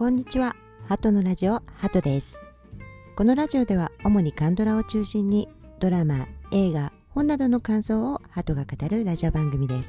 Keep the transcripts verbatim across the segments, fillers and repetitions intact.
こんにちは。ハトのラジオ、ハトです。このラジオでは主にカンドラを中心にドラマ、映画、本などの感想をハトが語るラジオ番組です。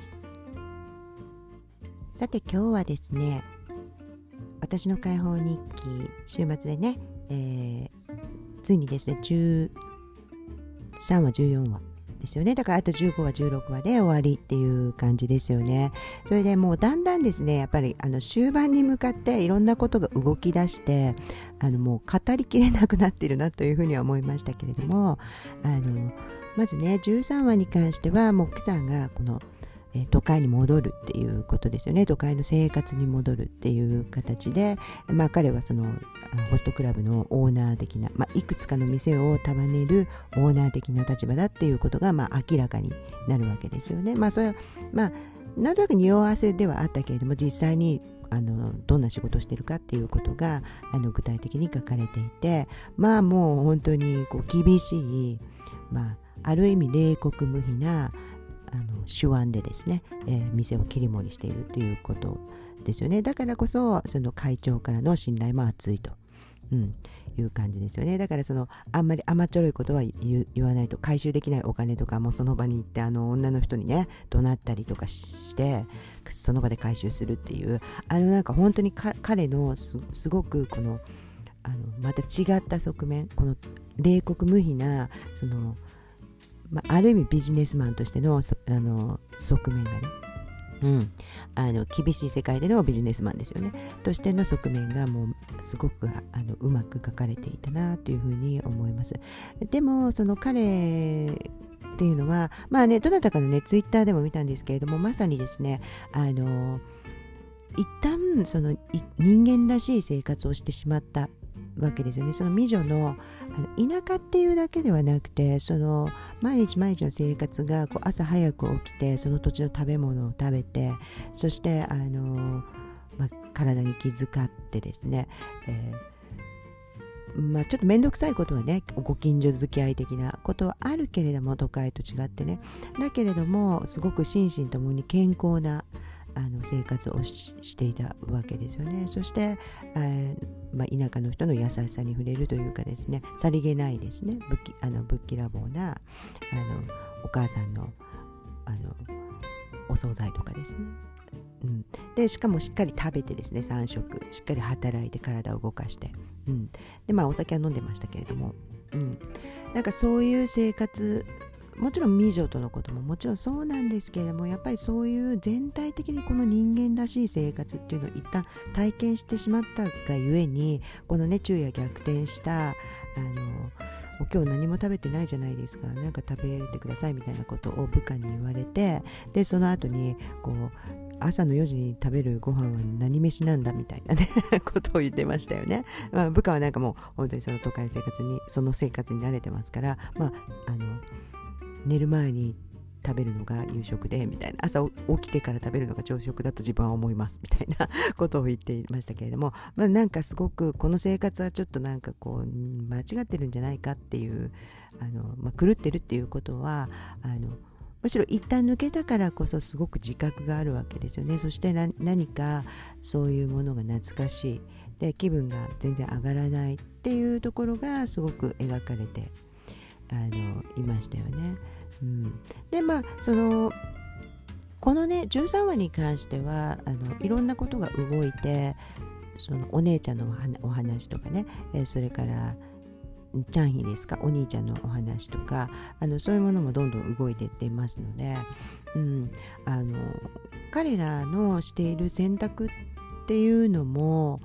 さて今日はですね、私の解放日記週末でね、えー、ついにですねじゅうさんわじゅうよんわですよね。だからあとじゅうごわじゅうろくわで終わりっていう感じですよね。それでもうだんだんですね、やっぱりあの終盤に向かっていろんなことが動き出して、あのもう語りきれなくなっているなというふうには思いましたけれども、あのまずねじゅうさんわに関してはもう奥さんがこのえ都会に戻るっていうことですよね。都会の生活に戻るっていう形で、まあ、彼はそのホストクラブのオーナー的な、まあ、いくつかの店を束ねるオーナー的な立場だっていうことが、まあ、明らかになるわけですよね。まあそれはまあなんとなく匂わせではあったけれども、実際にあのどんな仕事をしているかっていうことがあの具体的に書かれていて、まあもう本当にこう厳しい、まあ、ある意味冷酷無比なあの手腕でですね、えー、店を切り盛りしているということですよね。だからこそその会長からの信頼も厚いと、うん、いう感じですよね。だからそのあんまり甘っちょろいことは 言, 言わないと、回収できないお金とかもその場に行ってあの女の人にね怒鳴ったりとかしてその場で回収するっていう、あのなんか本当にか彼の す, すごくこのあのまた違った側面、この冷酷無比なそのまあ、ある意味ビジネスマンとしての、あの側面がね、うん、あの厳しい世界でのビジネスマンですよねとしての側面がもうすごくあのうまく書かれていたなというふうに思います。でもその彼っていうのはまあね、どなたかのねツイッターでも見たんですけれども、まさにですね、あの一旦その人間らしい生活をしてしまったわけですよね。その美女の、あの田舎っていうだけではなくて、その毎日毎日の生活がこう朝早く起きてその土地の食べ物を食べて、そしてあの、まあ、体に気遣ってですね、えーまあ、ちょっと面倒くさいことはね、ご近所付き合い的なことはあるけれども、都会と違ってね、だけれどもすごく心身ともに健康なあの生活を し, していたわけですよね。そして、えーまあ、田舎の人の優しさに触れるというかですね、さりげないですね、ぶっきあのぶっきらぼうなあのお母さんのあのお惣菜とかですね、うん、でしかもしっかり食べてですね、さんしょくしっかり働いて体を動かして、うん、でまあお酒は飲んでましたけれども、うん、なんかそういう生活、もちろん美女とのことももちろんそうなんですけれども、やっぱりそういう全体的にこの人間らしい生活っていうのを一旦体験してしまったがゆえに、このね昼夜逆転したあの今日何も食べてないじゃないですか、なんか食べてくださいみたいなことを部下に言われて、でその後にこう朝のよじに食べるご飯は何飯なんだみたいなねことを言ってましたよね。まあ、部下はなんかもう本当にその都会生活にその生活に慣れてますから、まああの寝る前に食べるのが夕食でみたいな、朝起きてから食べるのが朝食だと自分は思いますみたいなことを言っていましたけれども、まあ、なんかすごくこの生活はちょっとなんかこう間違ってるんじゃないかっていう、あの、まあ、狂ってるっていうことはあのむしろ一旦抜けたからこそすごく自覚があるわけですよね。そしてな何かそういうものが懐かしいで、気分が全然上がらないっていうところがすごく描かれてあのいましたよね。うん、でまあそのこのねじゅうさんわに関してはあのいろんなことが動いて、そのお姉ちゃんのお話とかね、えー、それからチャンヒですか、お兄ちゃんのお話とか、あのそういうものもどんどん動いていっていますので、うん、あの彼らのしている選択っていうのも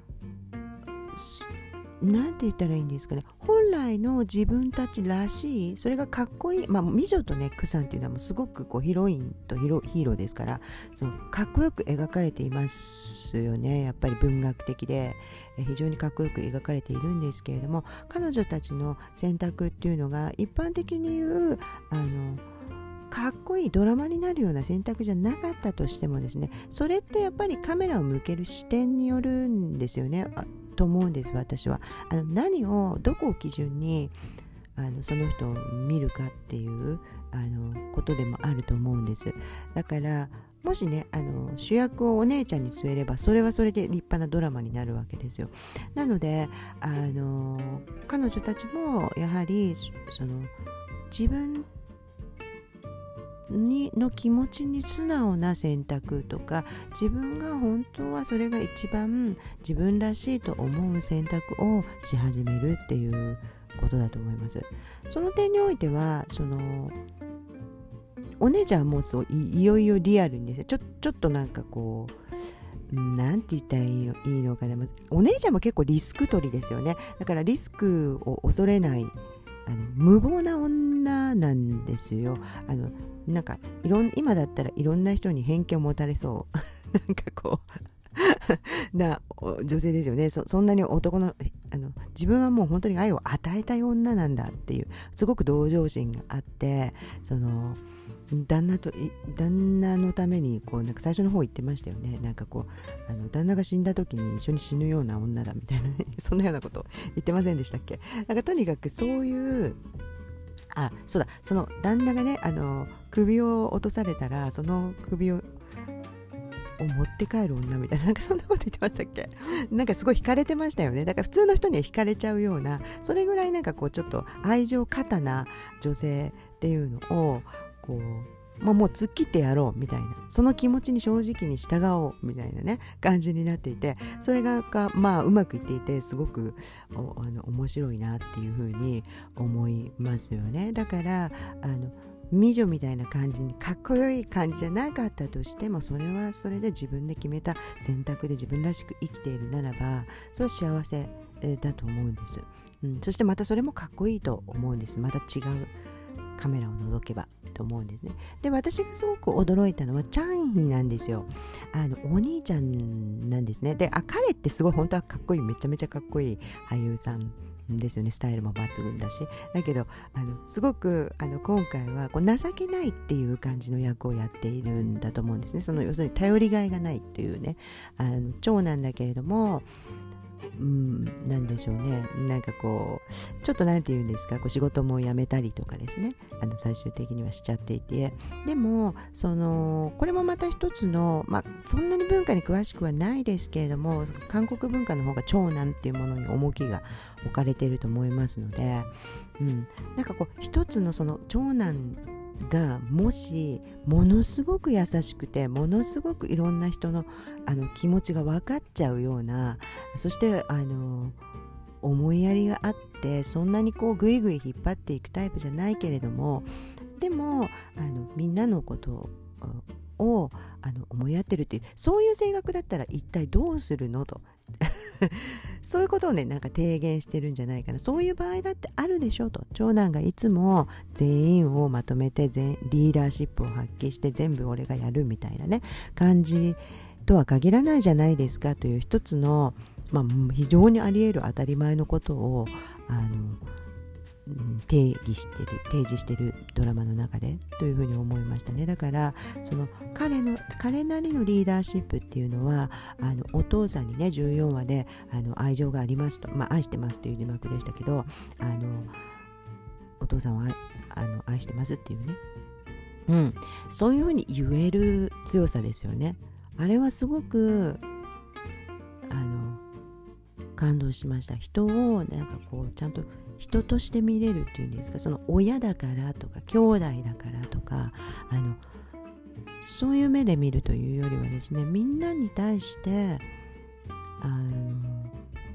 なんて言ったらいいんですかね、本来の自分たちらしい、それがかっこいい、まあ美女とねクさんっていうのはもうすごくこうヒロインとヒ ロ, ヒーローですから、そのかっこよく描かれていますよね。やっぱり文学的で非常にかっこよく描かれているんですけれども、彼女たちの選択っていうのが一般的に言うあのかっこいいドラマになるような選択じゃなかったとしてもですね、それってやっぱりカメラを向ける視点によるんですよねと思うんです。私はあの何をどこを基準にあのその人を見るかっていうあのことでもあると思うんです。だからもしねあの主役をお姉ちゃんに据えればそれはそれで立派なドラマになるわけですよ。なのであの彼女たちもやはりその自分にの気持ちに素直な選択とか、自分が本当はそれが一番自分らしいと思う選択をし始めるっていうことだと思います。その点においてはそのお姉ちゃんはもうそう い, いよいよリアルにですね、ちょちょっとなんかこうなんて言ったらいいの、いいのかな、お姉ちゃんも結構リスク取りですよね。だからリスクを恐れないあの無謀な女なんですよ。あのなんかいろん今だったらいろんな人に偏見を持たれそうなんかこうな女性ですよね。 そ, そんなに男のあの自分はもう本当に愛を与えたい女なんだっていうすごく同情心があって、その旦那と旦那のためにこうなんか最初の方言ってましたよね。なんかこうあの旦那が死んだ時に一緒に死ぬような女だみたいな、ね、そんなようなこと言ってませんでしたっけ。なんかとにかくそういうあそうだその旦那がねあの首を落とされたらその首をを持って帰る女みたいな、なんかそんなこと言ってましたっけ。なんかすごい惹かれてましたよね。だから普通の人には惹かれちゃうような、それぐらいなんかこうちょっと愛情過多な女性っていうのをこう、まあ、もう突っ切ってやろうみたいな、その気持ちに正直に従おうみたいなね感じになっていて、それがまあうまくいっていてすごくおあの面白いなっていうふうに思いますよね。だからあの美女みたいな感じにかっこよい感じじゃなかったとしても、それはそれで自分で決めた選択で自分らしく生きているならばそれは幸せだと思うんです、うん、そしてまたそれもかっこいいと思うんです。また違うカメラを覗けばと思うんですね。で私がすごく驚いたのはチャンヒなんですよ。あのお兄ちゃんなんですね。であ彼ってすごい本当はかっこいい、めちゃめちゃかっこいい俳優さんですよね。スタイルも抜群だし、だけどあのすごくあの今回はこう情けないっていう感じの役をやっているんだと思うんですね。その要するに頼りがいがないっていうね、あの長男だけれどもうん、なんでしょうね、なんかこうちょっとなんて言うんですか、こう仕事も辞めたりとかですね、あの最終的にはしちゃっていて、でもそのこれもまた一つの、まあ、そんなに文化に詳しくはないですけれども、韓国文化の方が長男っていうものに重きが置かれていると思いますので、うん、なんかこう一つのその長男がもしものすごく優しくてものすごくいろんな人の、あの気持ちが分かっちゃうような、そしてあの思いやりがあって、そんなにこうグイグイ引っ張っていくタイプじゃないけれども、でもあのみんなのことををあの思いやってるっていう、そういう性格だったら一体どうするのとそういうことをねなんか提言してるんじゃないかな。そういう場合だってあるでしょうと。長男がいつも全員をまとめて全リーダーシップを発揮して全部俺がやるみたいなね感じとは限らないじゃないですかという一つの、まあ、非常にあり得る当たり前のことをあの定義してる提示してるドラマの中でというふうに思いましたね。だからその彼の彼なりのリーダーシップっていうのは、あのお父さんにねじゅうよんわであの愛情がありますと、まあ愛してますという字幕でしたけど、あのお父さんはあの愛してますっていうね、うん、そういうふうに言える強さですよね。あれはすごくあの感動しました。人をなんかこうちゃんと人として見れるっていうんですか、その親だからとか兄弟だからとかあのそういう目で見るというよりはですね、みんなに対してあの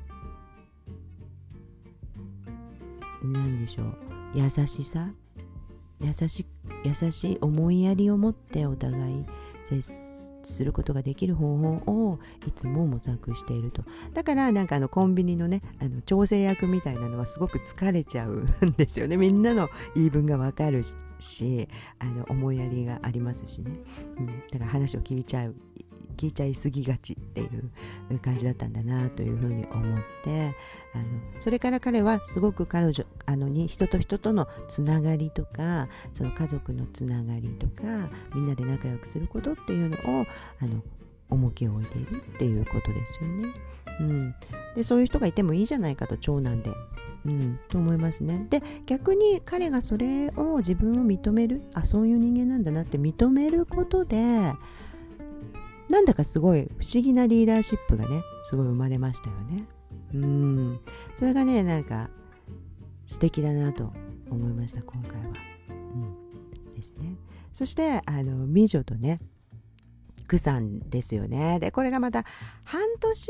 何でしょう、優しさ優し優しい思いやりを持ってお互い接することができる方法をいつも模索していると。だからなんかあのコンビニのねあの調整役みたいなのはすごく疲れちゃうんですよね。みんなの言い分がわかるし、あの思いやりがありますしね、うん、だから話を聞いちゃう聞いちゃいすぎがちっていう感じだったんだなというふうに思って、あのそれから彼はすごく彼女あのに人と人とのつながりとか、その家族のつながりとかみんなで仲良くすることっていうのをあの重きを置いているっていうことですよね、うん、でそういう人がいてもいいじゃないかと、長男でうん、と思いますね。で逆に彼がそれを自分を認める、あそういう人間なんだなって認めることでなんだかすごい不思議なリーダーシップがねすごい生まれましたよね。うん、それがねなんか素敵だなと思いました今回は、うん、ですね。そしてあの美女とねクさんですよね。でこれがまた半年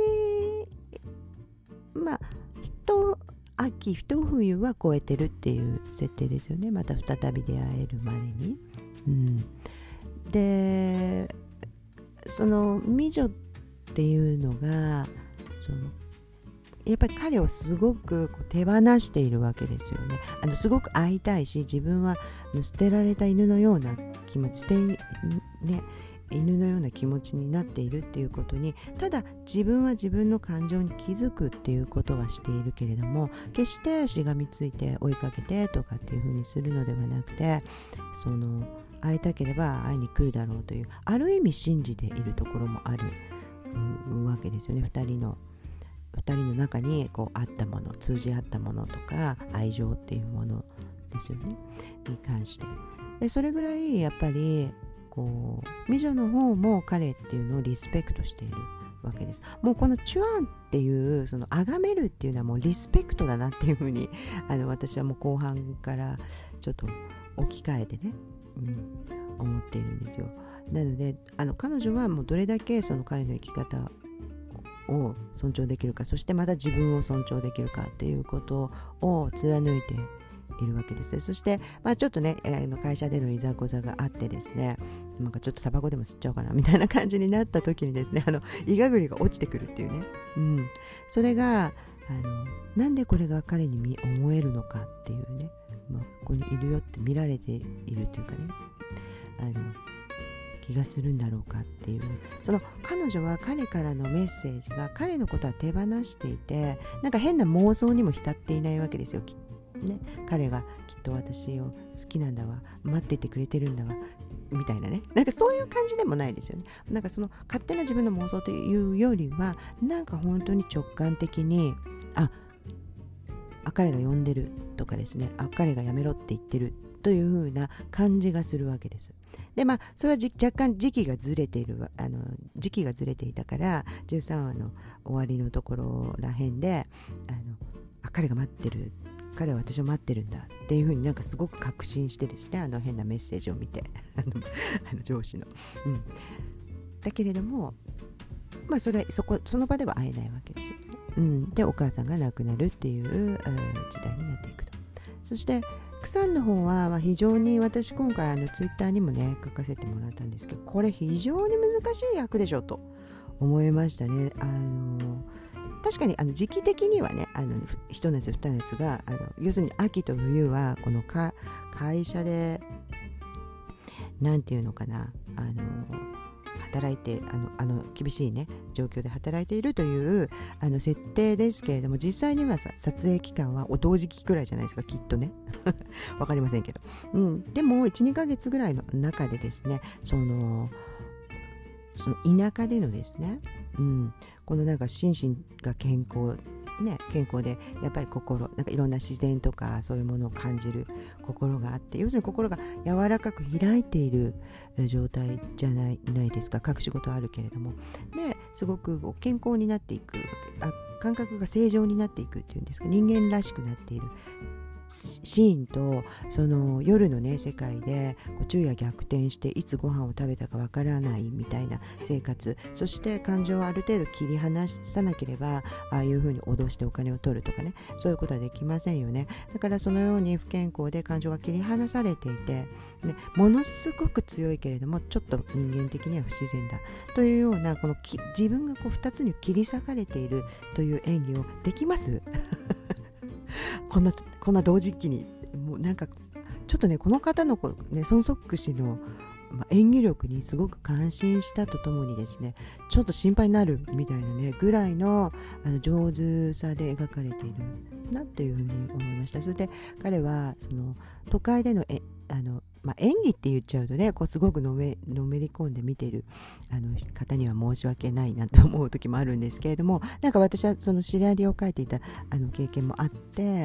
まあ一秋一冬は超えてるっていう設定ですよね。また再び出会えるまでに、うん、でその美女っていうのがそのやっぱり彼をすごくこう手放しているわけですよね。あのすごく会いたいし、自分は捨てられた犬のような気持ち、捨て、ね、犬のような気持ちになっているっていうことに、ただ自分は自分の感情に気づくっていうことはしているけれども、決してしがみついて追いかけてとかっていうふうにするのではなくて、その会いたければ会いに来るだろうという、ある意味信じているところもある、うん、わけですよね。二人の二人の中にこうあったもの、通じ合ったものとか愛情っていうものですよねに関して、でそれぐらいやっぱりこう美女の方も彼っていうのをリスペクトしているわけです。もうこのチュアンっていうその崇めるっていうのはもうリスペクトだなっていうふうにあの私はもう後半からちょっと置き換えてね、うん、思っているんですよ。なのであの彼女はもうどれだけその彼の生き方を尊重できるか、そしてまた自分を尊重できるかっていうことを貫いているわけです。そして、まあ、ちょっとね、えー、会社でのいざこざがあってですね、なんかちょっとタバコでも吸っちゃおうかなみたいな感じになった時にですね、あのイガグリが落ちてくるっていうね、うん、それがあのなんでこれが彼に思えるのかっていうね、まあ、ここにいるよって見られているというかね、あの気がするんだろうかっていう、その彼女は彼からのメッセージが彼のことは手放していて、なんか変な妄想にも浸っていないわけですよ、ね、彼がきっと私を好きなんだわ、待っててくれてるんだわみたいなね、なんかそういう感じでもないですよね。なんかその勝手な自分の妄想というよりは、なんか本当に直感的にああ彼が呼んでるとかですね、あ彼がやめろって言ってるという風な感じがするわけです。でまあそれは若干時期がずれているあの時期がずれていたから、じゅうさんわの終わりのところらへんであのあ彼が待ってる、彼は私を待ってるんだっていう風になんかすごく確信してですね、あの変なメッセージを見てあのあの上司の、うん、だけれどもまあそれそこその場では会えないわけですよ、うん、でお母さんが亡くなるっていう、うん、時代になっていくと。そしてクさんの方は、まあ、非常に私今回あのツイッターにもね書かせてもらったんですけど、これ非常に難しい役でしょと思いましたね。あの確かにあの時期的にはね、あの一夏二夏があの要するに秋と冬はこのか会社でなんていうのかな、あの働いてあのあの厳しいね状況で働いているというあの設定ですけれども、実際にはさ撮影期間はお同時期くらいじゃないですかきっとねわかりませんけど、うん、でも いち,に ヶ月ぐらいの中でですね、そのその田舎でのですね、うん、このなんか心身が健康ね、健康でやっぱり心なんかいろんな自然とかそういうものを感じる心があって、要するに心が柔らかく開いている状態じゃない、ないですか。隠し事はあるけれどもですごく健康になっていく、あ感覚が正常になっていくっていうんですか、人間らしくなっているシーンと、その夜のね世界でこう昼夜逆転していつご飯を食べたかわからないみたいな生活、そして感情をある程度切り離さなければああいうふうに脅してお金を取るとかね、そういうことはできませんよね。だからそのように不健康で感情が切り離されていて、ね、ものすごく強いけれどもちょっと人間的には不自然だというような、このき自分がこうふたつに切り裂かれているという演技をできますこんなこんな同時期に。もうなんかちょっとねこの方のねソン・ソック氏の、まあ、演技力にすごく感心したとともにですね、ちょっと心配になるみたいなねぐらいの、あの上手さで描かれているなっていうふうに思いました。それで彼はその都会でのえあのまあ、演技って言っちゃうとねこうすごくのめ、のめり込んで見ているあの方には申し訳ないなと思う時もあるんですけれども、なんか私はそのシナリオを書いていたあの経験もあって、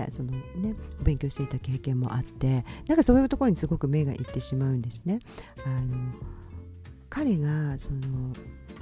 そのね勉強していた経験もあって、なんかそういうところにすごく目がいってしまうんですね。あの彼がその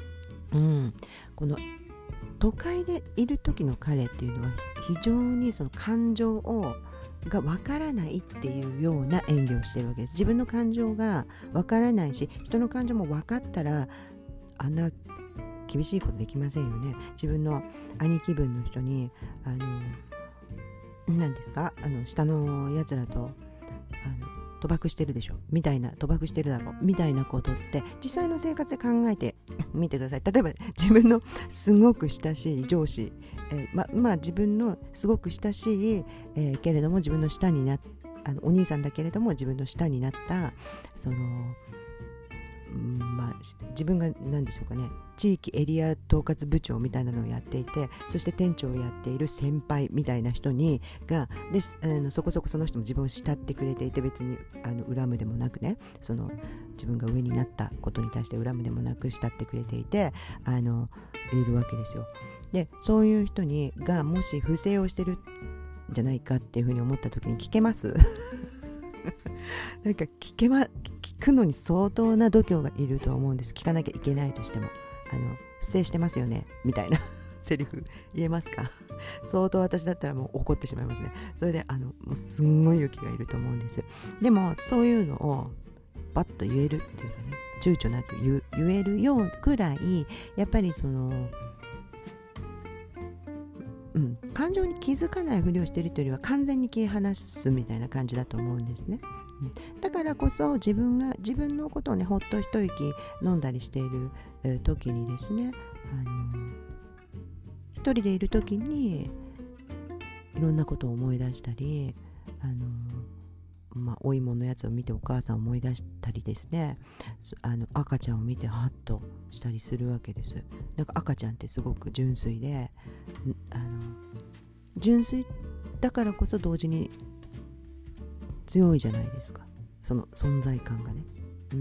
うん、この都会でいる時の彼っていうのは非常にその感情をがわからないっていうような演技をしてるわけです。自分の感情がわからないし、人の感情も分かったらあんな厳しいことできませんよね。自分の兄貴分の人にあの何ですか、あの下のやつらとあの賭博してるでしょみたいな、賭博してるだろみたいなことって実際の生活で考えてみてください。例えば自分のすごく親しい上司、えー、ままあ自分のすごく親しい、えー、けれども自分の下になっあのお兄さんだけれども自分の下になったそのまあ、自分が何でしょうかね、地域エリア統括部長みたいなのをやっていて、そして店長をやっている先輩みたいな人にがであのそこそこその人も自分を慕ってくれていて、別にあの恨むでもなくね、その自分が上になったことに対して恨むでもなく慕ってくれていてあのいるわけですよ。でそういう人にがもし不正をしてるんじゃないかっていうふうに思った時に聞けますなんか聞けま聞くのに相当な度胸がいると思うんです。聞かなきゃいけないとしても、あの不正してますよねみたいなセリフ言えますか？相当私だったらもう怒ってしまいますね。それであのもうすんごい勇気がいると思うんです。でもそういうのをパッと言えるっていうかね、躊躇なく 言, 言えるようくらいやっぱりそのうん、感情に気づかないふりをしているというよりは完全に切り離すみたいな感じだと思うんですね、うん、だからこそ自分が自分のことをねほっと一息飲んだりしている、えー、時にですね、あのー、一人でいる時にいろんなことを思い出したり、あのーまあ、お芋のやつを見てお母さんを思い出したりですね、あの赤ちゃんを見てハッとしたりするわけです。なんか赤ちゃんってすごく純粋で、あの純粋だからこそ同時に強いじゃないですか、その存在感がね、うん、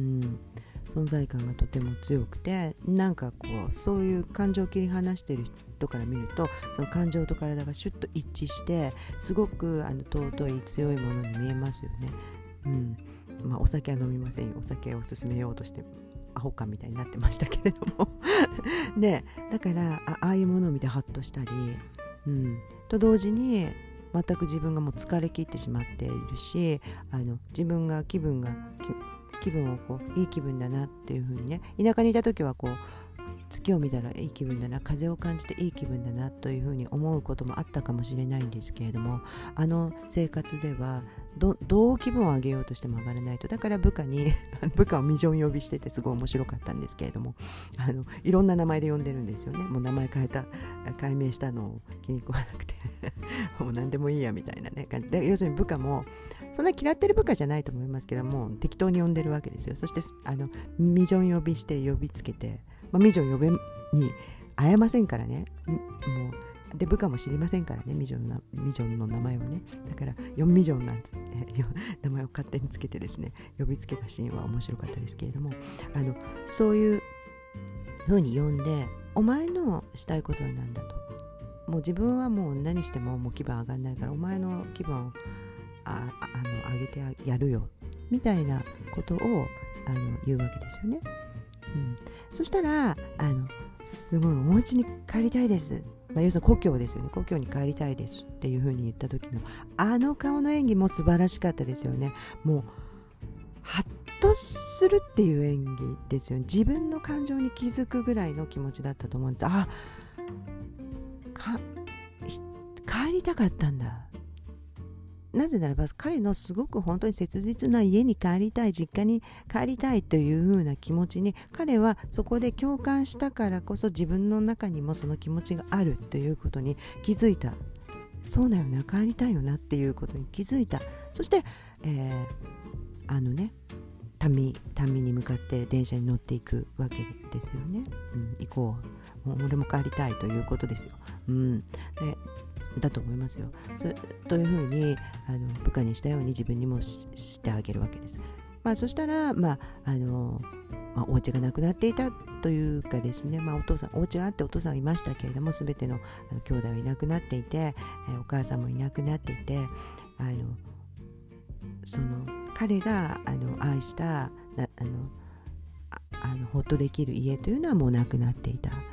存在感がとても強くて、なんかこうそういう感情を切り離している人から見るとその感情と体がシュッと一致してすごくあの尊い強いものに見えますよね、うんまあ、お酒は飲みませんよ。お酒を勧めようとしてアホかみたいになってましたけれどもでだからあ、ああいうものを見てハッとしたり、うん、と同時に全く自分がもう疲れ切ってしまっているし、あの自分が気分が気分をこういい気分だなっていう風にね、田舎にいた時はこう月を見たらいい気分だな、風を感じていい気分だなというふうに思うこともあったかもしれないんですけれども、あの生活では ど, どう気分を上げようとしても上がらないと。だから部下に部下を未ジョン呼びしててすごい面白かったんですけれども、あのいろんな名前で呼んでるんですよね。もう名前変えた改名したのを気に食わなくてもう何でもいいやみたいなね感じで、要するに部下もそんな嫌ってる部下じゃないと思いますけども適当に呼んでるわけですよ。そしてあの未ジョン呼びして呼びつけて、まあ、ミジョン呼べに会えませんからね、もうで部下も知りませんからね、ミジョンのミジョンの名前をね。だからよんミジョンなんつって名前を勝手につけてですね呼びつけたシーンは面白かったですけれども、あのそういう風に呼んで、お前のしたいことは何だと、もう自分はもう何してももう気分上がんないからお前の気分をああの上げてやるよみたいなことをあの言うわけですよね。うん、そしたらあのすごいお家に帰りたいです、まあ、要するに故郷ですよね。故郷に帰りたいですっていう風に言った時のあの顔の演技も素晴らしかったですよね。もうハッとするっていう演技ですよね。自分の感情に気づくぐらいの気持ちだったと思うんです。あか帰りたかったんだ。なぜならば彼のすごく本当に切実な家に帰りたい、実家に帰りたいという風な気持ちに彼はそこで共感したからこそ自分の中にもその気持ちがあるということに気づいた。そうだよね、帰りたいよなっていうことに気づいた。そして、えー、あのね民民に向かって電車に乗っていくわけですよね、うん、行こう、もう俺も帰りたいということですよ、うん、でだと思いますよ。それというふうにあの部下にしたように自分にも し, してあげるわけです。まあ、そしたら、まああのまあ、お家がなくなっていたというかですね、まあ、お父さんお家はあってお父さんはいましたけれども全てのあの兄弟はいなくなっていて、えー、お母さんもいなくなっていて、あのその彼があの愛したなあのああのほっとできる家というのはもうなくなっていた。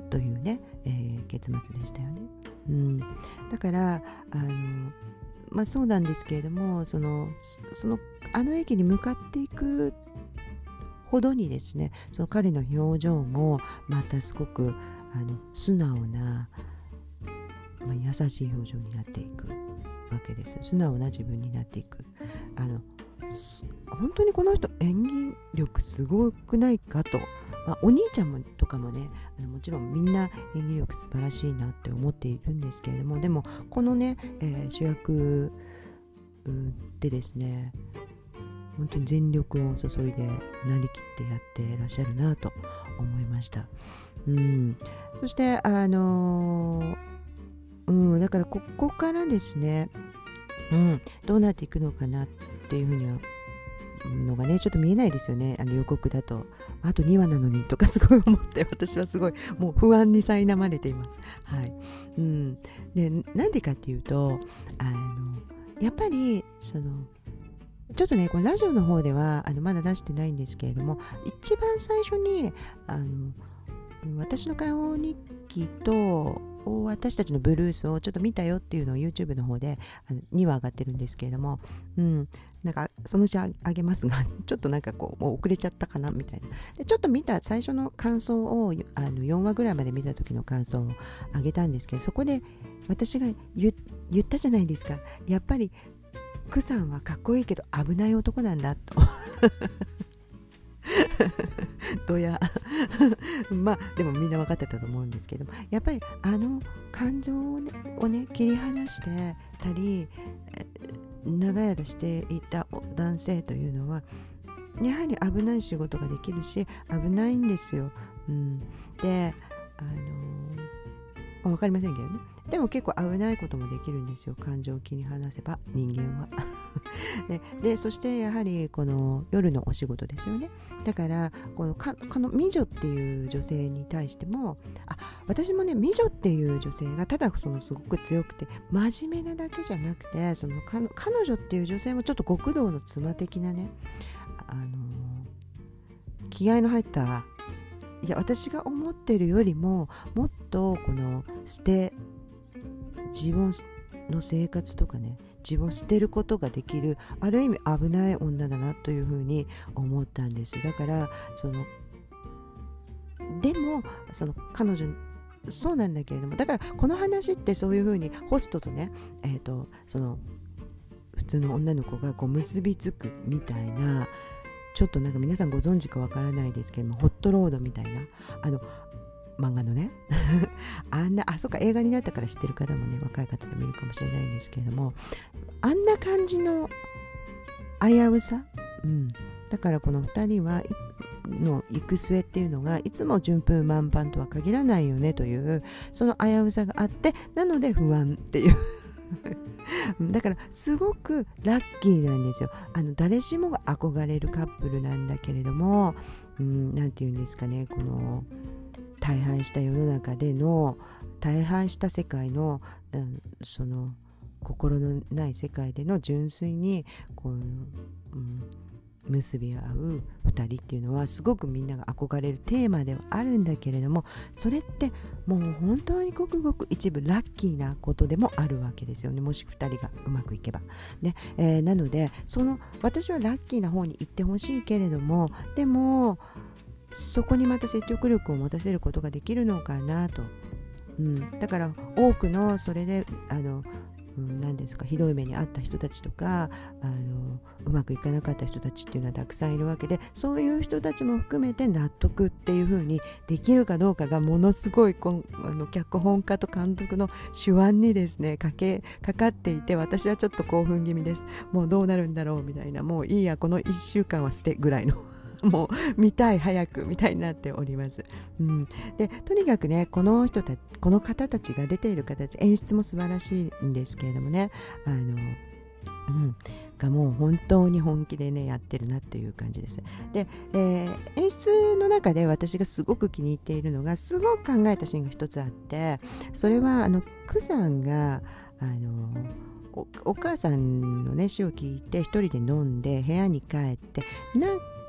というね、えー、結末でしたよね。うん、だからあの、まあ、そうなんですけれども、そのそのあの駅に向かっていくほどにですね、その彼の表情もまたすごくあの素直な、まあ、優しい表情になっていくわけです。素直な自分になっていく。あの本当にこの人演技力すごくないかと、まあ、お兄ちゃんもとかもね、あのもちろんみんな演技力素晴らしいなって思っているんですけれども、でもこのね、えー、主役でですね、本当に全力を注いでなりきってやっていらっしゃるなと思いました。うん、そしてあのーうん、だからここからですね、うん、どうなっていくのかなっていうふうにはのがねちょっと見えないですよね、あの予告だと。あとにわなのにとかすごい思って、私はすごいもう不安に苛まれています。はい。うん。で、なんでかっていうと、あのやっぱりそのちょっとねこのラジオの方ではあのまだ出してないんですけれども、一番最初にあの私の解放日記と私たちのブルースをちょっと見たよっていうのを YouTube の方であのにわ上がってるんですけれども、うん、なんかそのうちあげますがちょっとなんかこうもう遅れちゃったかなみたいなで、ちょっと見た最初の感想をあのよんわぐらいまで見た時の感想をあげたんですけど、そこで私が 言, 言ったじゃないですか、やっぱりクさんはかっこいいけど危ない男なんだとどやまあでもみんな分かってたと思うんですけども、やっぱりあの感情を ね, をね切り離してたり長い間していた男性というのはやはり危ない仕事ができるし危ないんですよ。うん、であのー、分かりませんけどね、でも結構危ないこともできるんですよ、感情を切り離せば人間はで, でそしてやはりこの夜のお仕事ですよね。だからこのかこのミジョっていう女性に対しても、あ私もねミジョっていう女性がただそのすごく強くて真面目なだけじゃなくて、そのか彼女っていう女性もちょっと極道の妻的なね、あのー、気合の入った、いや私が思ってるよりももっとこの捨て自分の生活とかね、自分を捨てることができる、ある意味危ない女だなというふうに思ったんです。だからそのでもその彼女そうなんだけれども、だからこの話ってそういうふうにホストとね、えーと、その普通の女の子がこう結びつくみたいな、ちょっとなんか皆さんご存知かわからないですけども、ホットロードみたいなあの漫画のねあんな、あ、そうか映画になったから知ってる方もね若い方でもいるかもしれないんですけれども、あんな感じの危うさ、うん、だからこのふたりはの行く末っていうのがいつも順風満帆とは限らないよねというその危うさがあって、なので不安っていうだからすごくラッキーなんですよ。あの誰しもが憧れるカップルなんだけれども、うん、なんていうんですかね、この大敗した世の中での大敗した世界の、うん、その心のない世界での純粋にこう、うん、結び合うふたりっていうのはすごくみんなが憧れるテーマではあるんだけれども、それってもう本当にごくごく一部ラッキーなことでもあるわけですよね、もしふたりがうまくいけば、ねえー、なのでその私はラッキーな方に行ってほしいけれども、でもそこにまた積極力を持たせることができるのかなと、うん、だから多くのそれであの、うん、何ですかひどい目に遭った人たちとかあのうまくいかなかった人たちっていうのはたくさんいるわけで、そういう人たちも含めて納得っていう風にできるかどうかがものすごいこあの脚本家と監督の手腕にですねかけかかっていて、私はちょっと興奮気味です。もうどうなるんだろうみたいな、もういいやこのいっしゅうかんは捨てぐらいのもう見たい早くみたいになっております、うん、でとにかくねこの人たこの方たちが出ている形、演出も素晴らしいんですけれどもね、あの、うん、がもう本当に本気でねやってるなっていう感じです。で、えー、演出の中で私がすごく気に入っているのが、すごく考えたシーンが一つあって、それはあのクさんがあのお, お母さんのね死を聞いて一人で飲んで部屋に帰って、なんか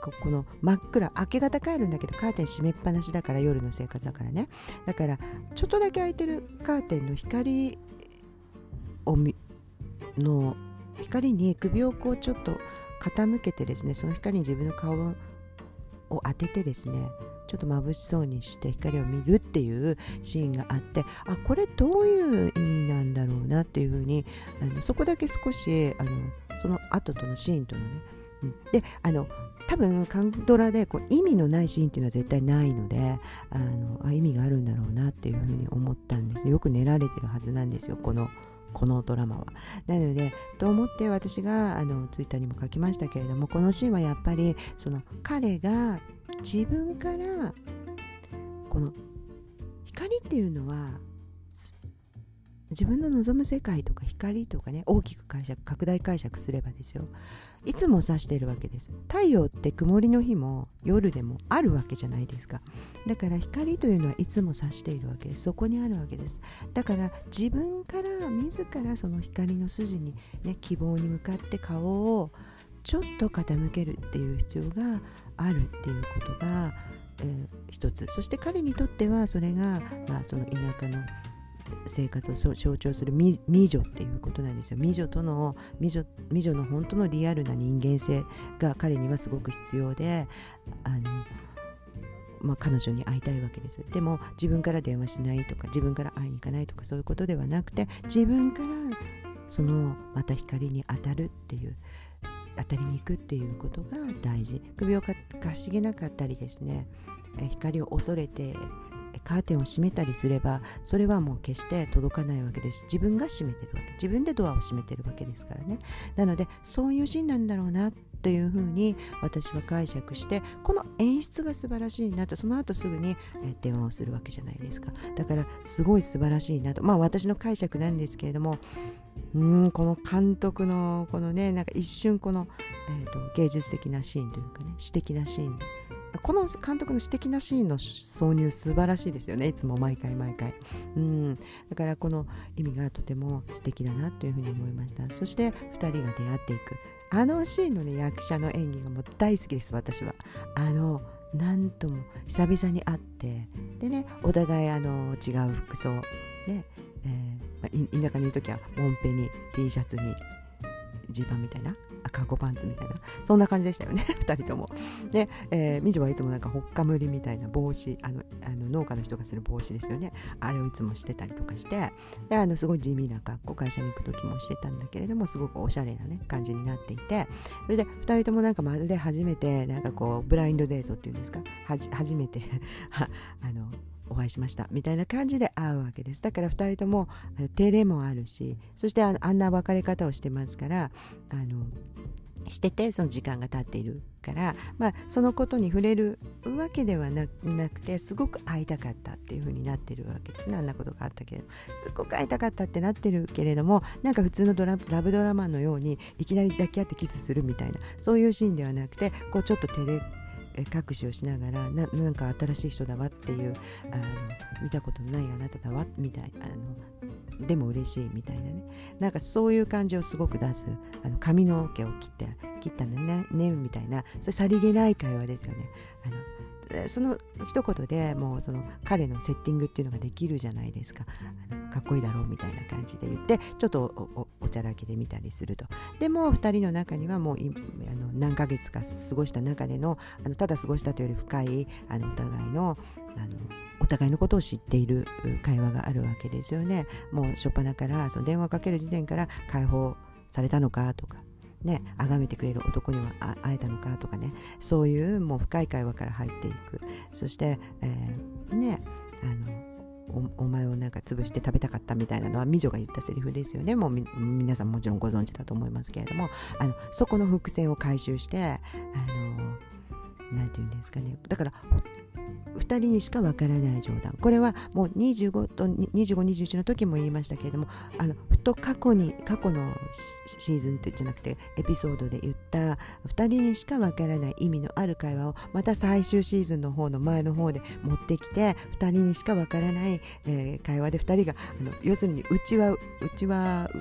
ここの真っ暗、明け方帰るんだけどカーテン閉めっぱなしだから、夜の生活だからね、だからちょっとだけ開いてるカーテンの光をみの光に首をこうちょっと傾けてですね、その光に自分の顔を当ててですね、ちょっと眩しそうにして光を見るっていうシーンがあって、あ、これどういう意味なんだろうなっていうふうに、あのそこだけ少しあのその後とのシーンとのね、うん、であの多分カンドラでこう意味のないシーンっていうのは絶対ないので、あのあ意味があるんだろうなっていうふうに思ったんです。よく練られてるはずなんですよ、このこのドラマは。なのでと思って私があのツイッターにも書きましたけれども、このシーンはやっぱりその彼が自分からこの光っていうのは自分の望む世界とか光とかね、大きく解釈拡大解釈すればですよ、いつも指しているわけです。太陽って曇りの日も夜でもあるわけじゃないですか。だから光というのはいつも指しているわけです。そこにあるわけです。だから自分から自らその光の筋にね、希望に向かって顔をちょっと傾けるっていう必要があるっていうことが、えー、一つ。そして彼にとってはそれが、まあ、その田舎の生活を象徴する美女っていうことなんですよ。美女との美女、美女の本当のリアルな人間性が彼にはすごく必要で、あの、まあ、彼女に会いたいわけです。でも自分から電話しないとか、自分から会いに行かないとか、そういうことではなくて、自分からそのまた光に当たるっていう、当たりに行くっていうことが大事。首をかしげなかったりですね、光を恐れてカーテンを閉めたりすれば、それはもう決して届かないわけです。自分が閉めてるわけ、自分でドアを閉めてるわけですからね。なのでそういうシーンなんだろうなというふうに私は解釈して、この演出が素晴らしいなと、その後すぐに電話をするわけじゃないですか。だからすごい素晴らしいなと、まあ私の解釈なんですけれども、うーんこの監督のこのね、なんか一瞬この、えーと、芸術的なシーンというかね、詩的なシーン、この監督の詩的なシーンの挿入素晴らしいですよね。いつも毎回毎回、うん、だからこの意味がとても素敵だなというふうに思いました。そしてふたりが出会っていくあのシーンのね、役者の演技がもう大好きです。私はあのなんとも久々に会ってでね、お互いあの違う服装ね、えーまあ、田舎にいるときはモンペに T シャツにジーパンみたいな、カーゴパンツみたいな、そんな感じでしたよねふたりともで、えー、美女はいつもなんかほっかむりみたいな帽子、あのあの農家の人がする帽子ですよね、あれをいつもしてたりとかして、であのすごい地味な格好、会社に行く時もしてたんだけれども、すごくおしゃれなね感じになっていて、それでふたりともなんかまるで初めてなんかこうブラインドデートっていうんですか、はじ初めてあのお会いしましたみたいな感じで会うわけです。だからふたりとも照れもあるし、そしてあのあんな別れ方をしてますから、あのしてて、その時間が経っているから、まあ、そのことに触れるわけでは な, なくてすごく会いたかったっていう風になってるわけですね。あんなことがあったけどすごく会いたかったってなってるけれども、なんか普通のドララブドラマのようにいきなり抱き合ってキスするみたいな、そういうシーンではなくて、こうちょっと照れ隠しをしながら な, なんか新しい人だわっていう、あの見たことのないあなただわみたいな、あのでも嬉しいみたいなね、なんかそういう感じをすごく出す、あの髪の毛を切って切ったのねねみたいな、それさりげない会話ですよね。あのその一言でもうその彼のセッティングっていうのができるじゃないですか。あのかっこいいだろうみたいな感じで言って、ちょっと お, お, おちゃらけで見たりすると。でもふたりの中にはもういあの何ヶ月か過ごした中での、あのただ過ごしたというより深いあのお互いのあのお互いのことを知っている会話があるわけですよね。もう初っ端からその電話かける時点から解放されたのかとかね、崇めてくれる男には会えたのかとかね、そういうもう深い会話から入っていく。そして、えー、ねあの お, お前をなんか潰して食べたかったみたいなのは美女が言ったセリフですよね。もうみ皆さんもちろんご存知だと思いますけれども、あのそこの伏線を回収して、あのなんていうんですかね、だからふたりにしかわからない冗談、これはもうにじゅうごとにじゅうご、にじゅういちの時も言いましたけれども、あのふと過去に過去のシーズンじゃなくてエピソードで言ったふたりにしかわからない意味のある会話をまた最終シーズンの方の前の方で持ってきて、ふたりにしかわからない、えー、会話でふたりがあの要するにうちはうちは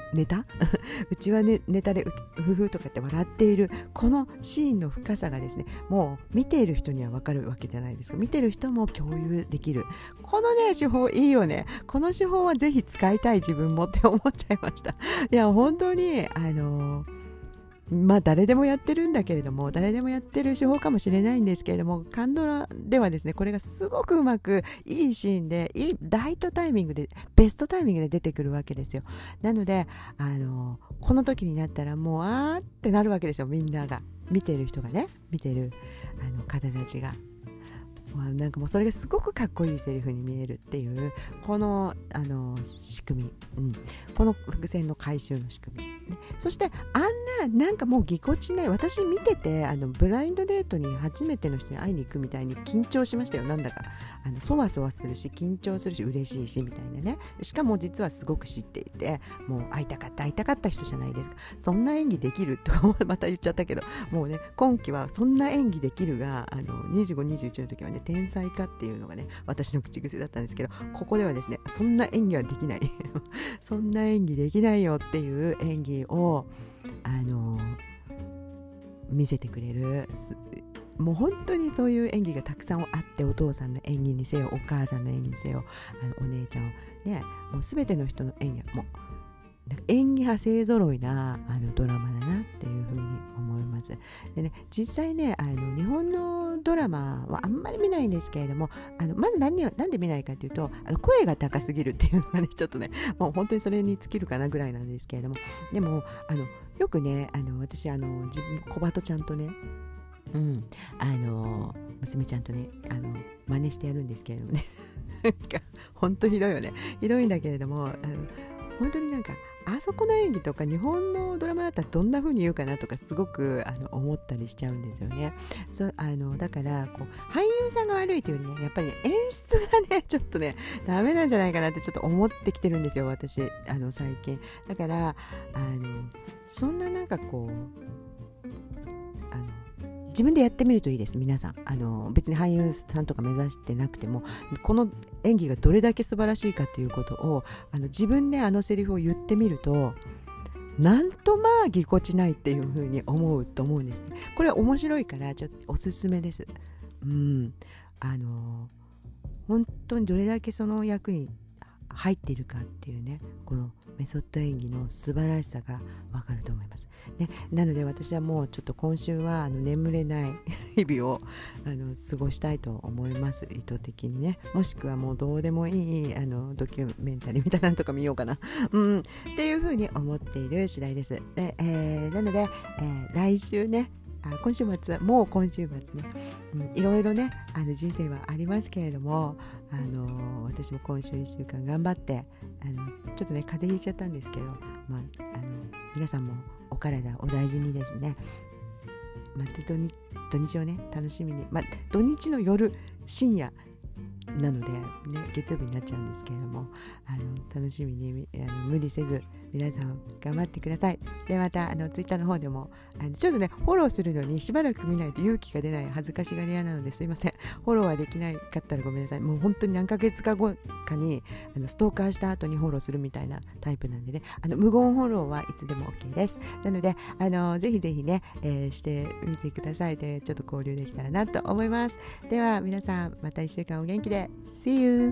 ネタうちは、ね、ネタでふふとかって笑っているこのシーンの深さがですね、もう見ている人には分かるわけじゃないですか。見てる人も共有できるこのね手法いいよね。この手法はぜひ使いたい自分もって思っちゃいました。いや本当にあのーまあ誰でもやってるんだけれども、誰でもやってる手法かもしれないんですけれども、カンドラではですね、これがすごくうまくいいシーンで、いいライトタイミングで、ベストタイミングで出てくるわけですよ。なのであのこの時になったらもうあーってなるわけですよ。みんなが見てる人がね、見てるあの方たちが。なんかもうそれがすごくかっこいいセリフに見えるっていうこの、あの仕組み、うん、この伏線の回収の仕組み、ね、そしてあんななんかもうぎこちない、私見ててあのブラインドデートに初めての人に会いに行くみたいに緊張しましたよ。なんだかあのそわそわするし緊張するし嬉しいしみたいなね。しかも実はすごく知っていて、もう会いたかった会いたかった人じゃないですか。そんな演技できるとかまた言っちゃったけど、もうね今期はそんな演技できるがあのにじゅうご、にじゅういちの時はね天才かっていうのがね私の口癖だったんですけど、ここではですねそんな演技はできないそんな演技できないよっていう演技をあの見せてくれる、もう本当にそういう演技がたくさんあって、お父さんの演技にせよお母さんの演技にせよあのお姉ちゃんをね、もう全ての人の演技はもう演技派勢ぞろいなあのドラマだなっていうふうに思います。でね、実際ねあの日本のドラマはあんまり見ないんですけれども、あのまず何をなんで見ないかというと、あの声が高すぎるっていうのがねちょっとねもう本当にそれに尽きるかなぐらいなんですけれども、でもあのよくねあの私あの自分小鳩ちゃんとね、うん、あの娘ちゃんとねあの真似してやるんですけれどもね本当ひどいよね。ひどいんだけれども、あの本当になんかあそこの演技とか日本のドラマだったらどんな風に言うかなとかすごくあの思ったりしちゃうんですよね。そあのだからこう俳優さんが悪いというよりね、やっぱり、ね、演出がねちょっとねダメなんじゃないかなってちょっと思ってきてるんですよ私あの最近。だからあのそんななんかこうあの自分でやってみるといいです。皆さんあの別に俳優さんとか目指してなくても、この演技がどれだけ素晴らしいかっていうことをあの自分であのセリフを言ってみると、なんとまあぎこちないっていう風に思うと思うんですね。これは面白いからちょっとおすすめです。うんあの本当にどれだけその役に入っているかっていうね、このメソッド演技の素晴らしさがわかると思います、ね、なので私はもうちょっと今週はあの眠れない日々をあの過ごしたいと思います。意図的にね、もしくはもうどうでもいいあのドキュメンタリーみたいなのとか見ようかな、うん、っていうふうに思っている次第です。で、えー、なので、えー、来週ねあ今週末もう今週末ね、うん、いろいろねあの人生はありますけれども、あのー、私も今週いっしゅうかん頑張ってあのちょっとね風邪ひいちゃったんですけど、まあ、あの皆さんもお体お大事にですね、まあ、土日、土日をね楽しみに、まあ、土日の夜深夜なので、ね、月曜日になっちゃうんですけれども、あの楽しみにあの無理せず皆さん頑張ってください。でまたあのツイッターの方でもあのちょっとねフォローするのにしばらく見ないと勇気が出ない恥ずかしがり屋なのですいません。フォローはできないかったらごめんなさい。もう本当に何ヶ月か後かにあのストーカーした後にフォローするみたいなタイプなんでね、あの無言フォローはいつでも OK です。なのであのぜひぜひね、えー、してみてください。でちょっと交流できたらなと思います。では皆さんまたいっしゅうかんお元気で See you!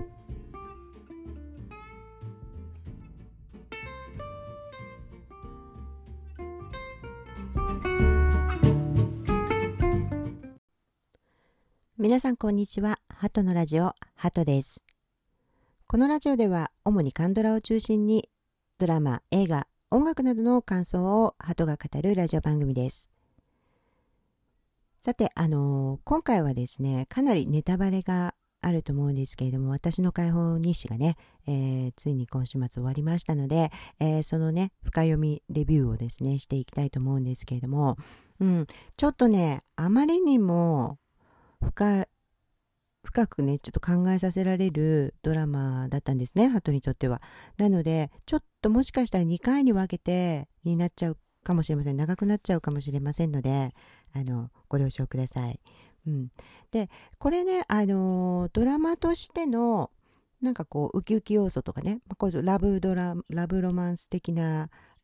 皆さんこんにちは。ハトのラジオハトです。このラジオでは主にカンドラを中心にドラマ、映画、音楽などの感想をハトが語るラジオ番組です。さて、あのー、今回はですねかなりネタバレがあると思うんですけれども、私の解放日誌がね、えー、ついに今週末終わりましたので、えー、そのね深読みレビューをですねしていきたいと思うんですけれども、うん、ちょっとねあまりにも深深くねちょっと考えさせられるドラマだったんですね、ハトにとっては。なのでちょっともしかしたらにかいに分けてになっちゃうかもしれません。長くなっちゃうかもしれませんのであのご了承ください。うん、でこれね、あのー、ドラマとしてのなんかこうウキウキ要素とかね、こうラブドララブロマンス的な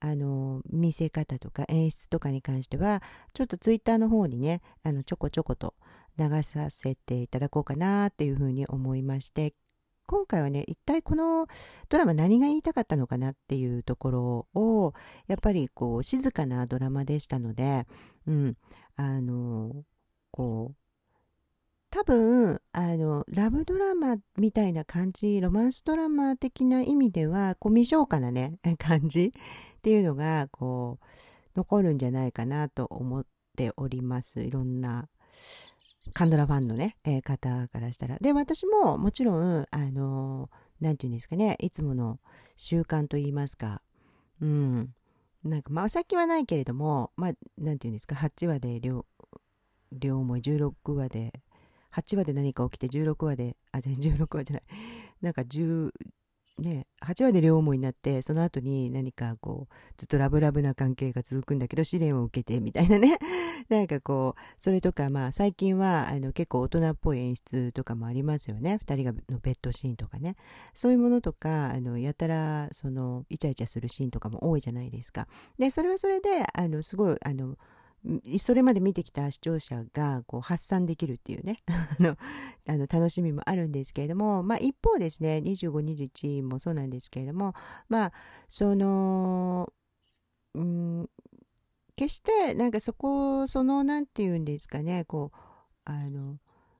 あの見せ方とか演出とかに関してはちょっとツイッターの方にねあのちょこちょこと流させていただこうかなっていうふうに思いまして、今回はね一体このドラマ何が言いたかったのかなっていうところをやっぱりこう静かなドラマでしたので、うん、あのこう多分あのラブドラマみたいな感じ、ロマンスドラマ的な意味ではこう未消化なね感じっていうのがこう残るんじゃないかなと思っております。いろんなカンドラファンのね、えー方からしたら。で、私ももちろんあのなんていうんですかね、いつもの習慣と言いますか、うん、なんかまあ先はないけれども、まあなんていうんですか、はちわで両両思い、じゅうろくわではちわで何か起きてじゅうろくわで、あ、じゃじゅうろくわじゃない、なんかじゅう、ね、はちわで両思いになって、その後に何かこう、ずっとラブラブな関係が続くんだけど、試練を受けてみたいなね。なんかこう、それとか、まあ最近はあの結構大人っぽい演出とかもありますよね。ふたりがのベッドシーンとかね。そういうものとか、あのやたら、その、イチャイチャするシーンとかも多いじゃないですか。で、それはそれで、あの、すごい、あの、それまで見てきた視聴者がこう発散できるっていうねあのあの楽しみもあるんですけれども、まあ、一方ですねにじゅうご、にじゅういちもそうなんですけれども、まあそのうん決してなんかそこそのなんていうんですかね、こうあの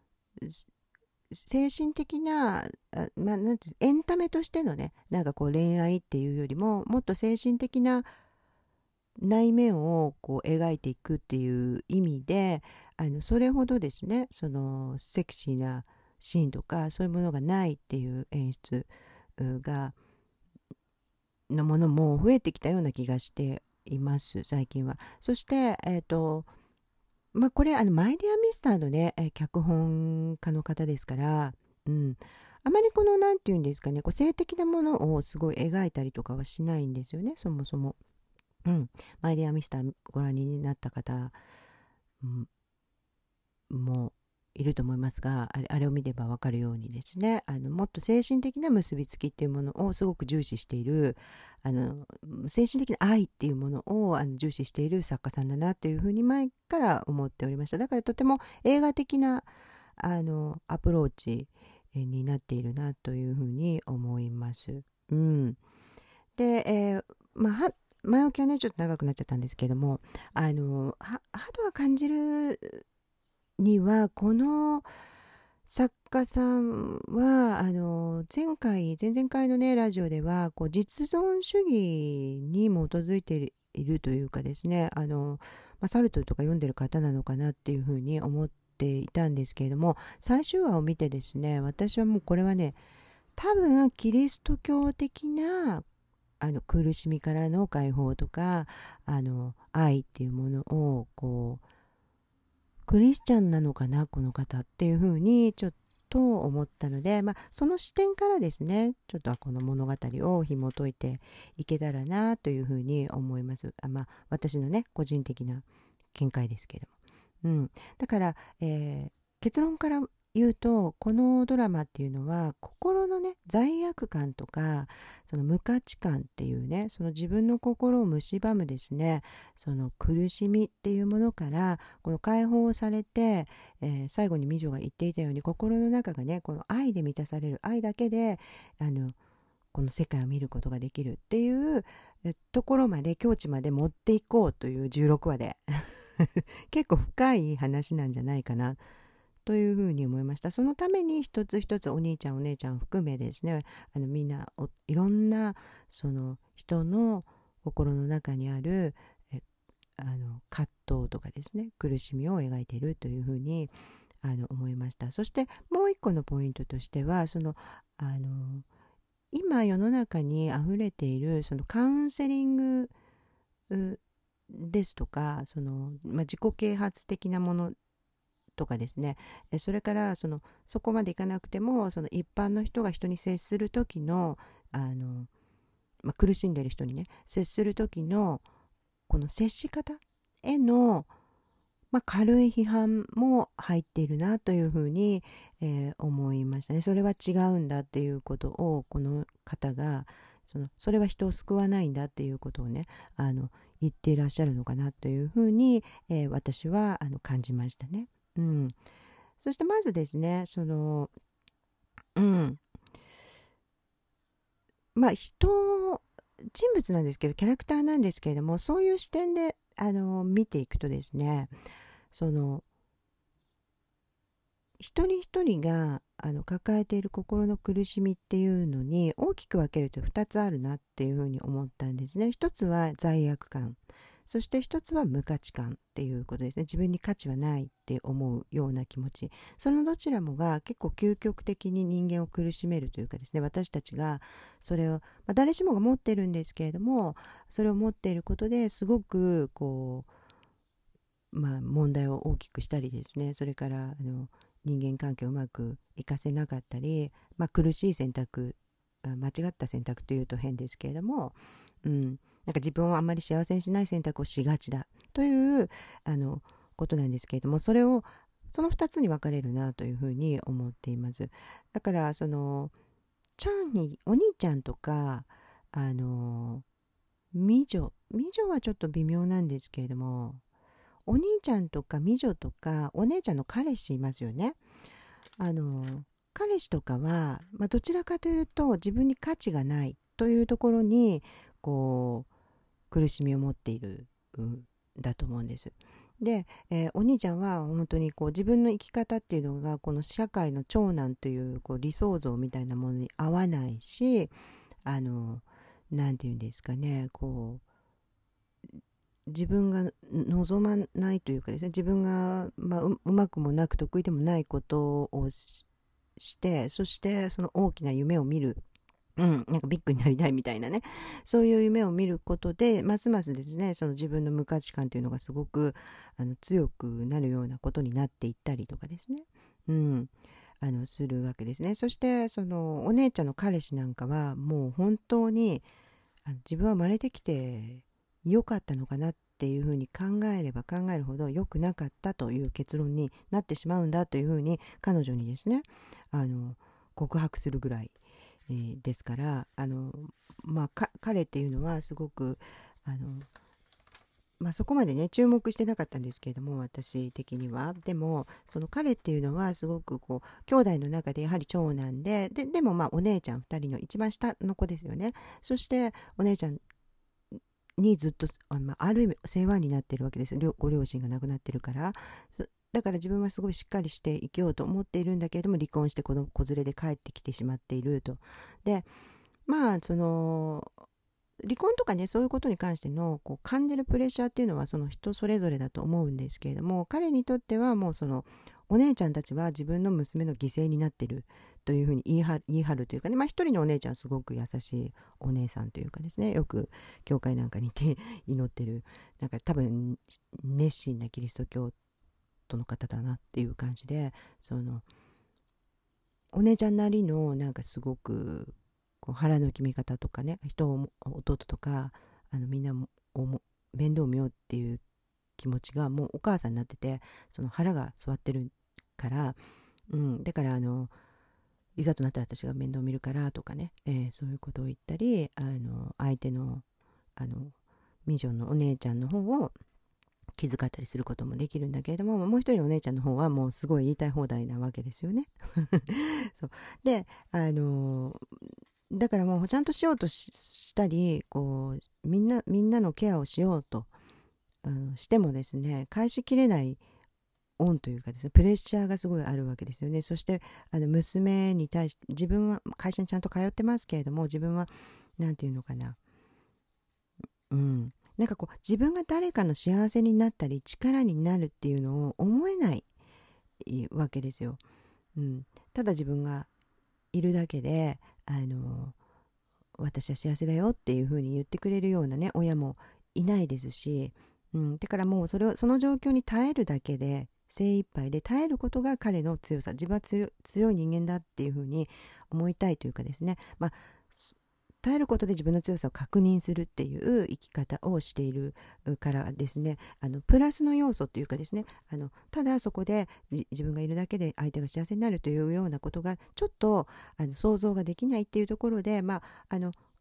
精神的な、あまあ、なんてエンタメとしてのねなんかこう恋愛っていうよりももっと精神的な内面をこう描いていくっていう意味で、あのそれほどですねそのセクシーなシーンとかそういうものがないっていう演出がのものも増えてきたような気がしています最近は。そしてえっ、とまあこれあのマイディアミスターのね、え脚本家の方ですから、うん、あまりこのなんていうんですかね、こう性的なものをすごい描いたりとかはしないんですよね、そもそも。うん、マイディアミスターご覧になった方、うん、もいると思いますが、あれ、あれを見れば分かるようにですね、あのもっと精神的な結びつきっていうものをすごく重視している、あの精神的な愛っていうものをあの重視している作家さんだなっていうふうに前から思っておりました。だからとても映画的なあのアプローチになっているなというふうに思います。うん、で、えーまあ、は前置きはねちょっと長くなっちゃったんですけども、あのはハードは感じるにはこの作家さんはあの前回前々回のねラジオではこう実存主義に基づいているというかですね、あの、まあ、サルトルとか読んでる方なのかなっていうふうに思っていたんですけれども、最終話を見てですね、私はもうこれはね多分キリスト教的なあの苦しみからの解放とかあの愛っていうものをこうクリスチャンなのかなこの方っていうふうにちょっと思ったので、まあ、その視点からですねちょっとこの物語を紐解いていけたらなというふうに思います。あ、まあ、私のね個人的な見解ですけども、うん、だから、えー結論から言うとこのドラマっていうのは心のね罪悪感とかその無価値観っていうねその自分の心を蝕むですねその苦しみっていうものからこの解放されて、えー最後に美女が言っていたように心の中がねこの愛で満たされる、愛だけであのこの世界を見ることができるっていうえところまで境地まで持っていこうというじゅうろくわで結構深い話なんじゃないかなというふうに思いました。そのために一つ一つお兄ちゃんお姉ちゃん含めですね、あのみんなおいろんなその人の心の中にあるえあの葛藤とかですね苦しみを描いているというふうにあの思いました。そしてもう一個のポイントとしてはそのあの今世の中にあふれているそのカウンセリングうですとかその、まあ、自己啓発的なものとかですね、えそれからそのそこまでいかなくてもその一般の人が人に接する時のあの、まあ、苦しんでる人にね接する時のこの接し方への、まあ、軽い批判も入っているなというふうに、えー思いましたね。それは違うんだっていうことをこの方がそのそれは人を救わないんだっていうことをねあの言っていらっしゃるのかなというふうに、えー私はあの感じましたね。うん、そしてまずですねその、うん、まあ人人物なんですけどキャラクターなんですけれども、そういう視点であの見ていくとですね、その一人一人があの抱えている心の苦しみっていうのに大きく分けるとふたつあるなっていうふうに思ったんですね。一つは罪悪感、そして一つは無価値観っていうことですね。自分に価値はないって思うような気持ち、そのどちらもが結構究極的に人間を苦しめるというかですね、私たちがそれを、まあ、誰しもが持ってるんですけれども、それを持っていることですごくこうまあ問題を大きくしたりですね、それからあの人間関係をうまくいかせなかったり、まあ、苦しい選択、間違った選択というと変ですけれども、うん、なんか自分をあんまり幸せにしない選択をしがちだというあのことなんですけれども、それをそのふたつに分かれるなというふうに思っています。だからそのチャンにお兄ちゃんとかあの美女美女はちょっと微妙なんですけれども、お兄ちゃんとか美女とかお姉ちゃんの彼氏いますよね。あの彼氏とかは、まあ、どちらかというと自分に価値がないというところにこう苦しみを持っている、うん、だと思うんです。で、えーお兄ちゃんは本当にこう自分の生き方っていうのがこの社会の長男というこう理想像みたいなものに合わないし、あのなんていうんですかね、こう自分が望まないというかですね、自分が、まあ、う、うまくもなく得意でもないことをし、してそしてその大きな夢を見る、うん、なんかビッグになりたいみたいなね、そういう夢を見ることでますますですねその自分の無価値観というのがすごくあの強くなるようなことになっていったりとかですね、うん、あのするわけですね。そしてそのお姉ちゃんの彼氏なんかはもう本当にあの自分は生まれてきて良かったのかなっていうふうに考えれば考えるほど良くなかったという結論になってしまうんだというふうに彼女にですねあの告白するぐらい、えーですから、あの、まあ、か彼っていうのはすごくあの、まあ、そこまでね注目してなかったんですけれども私的には。でもその彼っていうのはすごくこう兄弟の中でやはり長男で、で、でもまあお姉ちゃんふたりの一番下の子ですよね。そしてお姉ちゃんにずっとあ、まあ、ある意味世話になってるわけです。ご両親が亡くなってるから。だから自分はすごいしっかりして生きようと思っているんだけれども、離婚して子供子連れで帰ってきてしまっていると。でまあその離婚とかね、そういうことに関してのこう感じるプレッシャーっていうのはその人それぞれだと思うんですけれども、彼にとってはもうそのお姉ちゃんたちは自分の娘の犠牲になってるというふうに言い張る言い張るというかね、まあ一人のお姉ちゃんすごく優しいお姉さんというかですね、よく教会なんかにいて祈ってる、なんか多分熱心なキリスト教徒の方だなっていう感じで、そのお姉ちゃんなりのなんかすごくこう腹の決め方とかね、人を弟とかあのみんなも面倒を見ようっていう気持ちがもうお母さんになってて、その腹が据わってるから、うん、だからあのいざとなったら私が面倒を見るからとかね、えーそういうことを言ったり、あの相手のあのミジョンのお姉ちゃんの方を気遣ったりすることもできるんだけれども、もう一人お姉ちゃんの方はもうすごい言いたい放題なわけですよね。そうで、あのだからもうちゃんとしようと し, したりこうみんなみんなのケアをしようと、うん、してもですね、返しきれない恩というかですね、プレッシャーがすごいあるわけですよね。そしてあの娘に対して自分は会社にちゃんと通ってますけれども、自分はなんていうのかな、うん、なんかこう自分が誰かの幸せになったり力になるっていうのを思えないわけですよ。うん、ただ自分がいるだけであの私は幸せだよっていう風に言ってくれるようなね親もいないですし、うん、だからもうそれをその状況に耐えるだけで精一杯で耐えることが彼の強さ、自分は強強い人間だっていう風に思いたいというかですね、まあ耐えることで自分の強さを確認するっていう生き方をしているからですね、あのプラスの要素というかですね、あのただそこで自分がいるだけで相手が幸せになるというようなことがちょっとあの想像ができないっていうところで、まあ、あの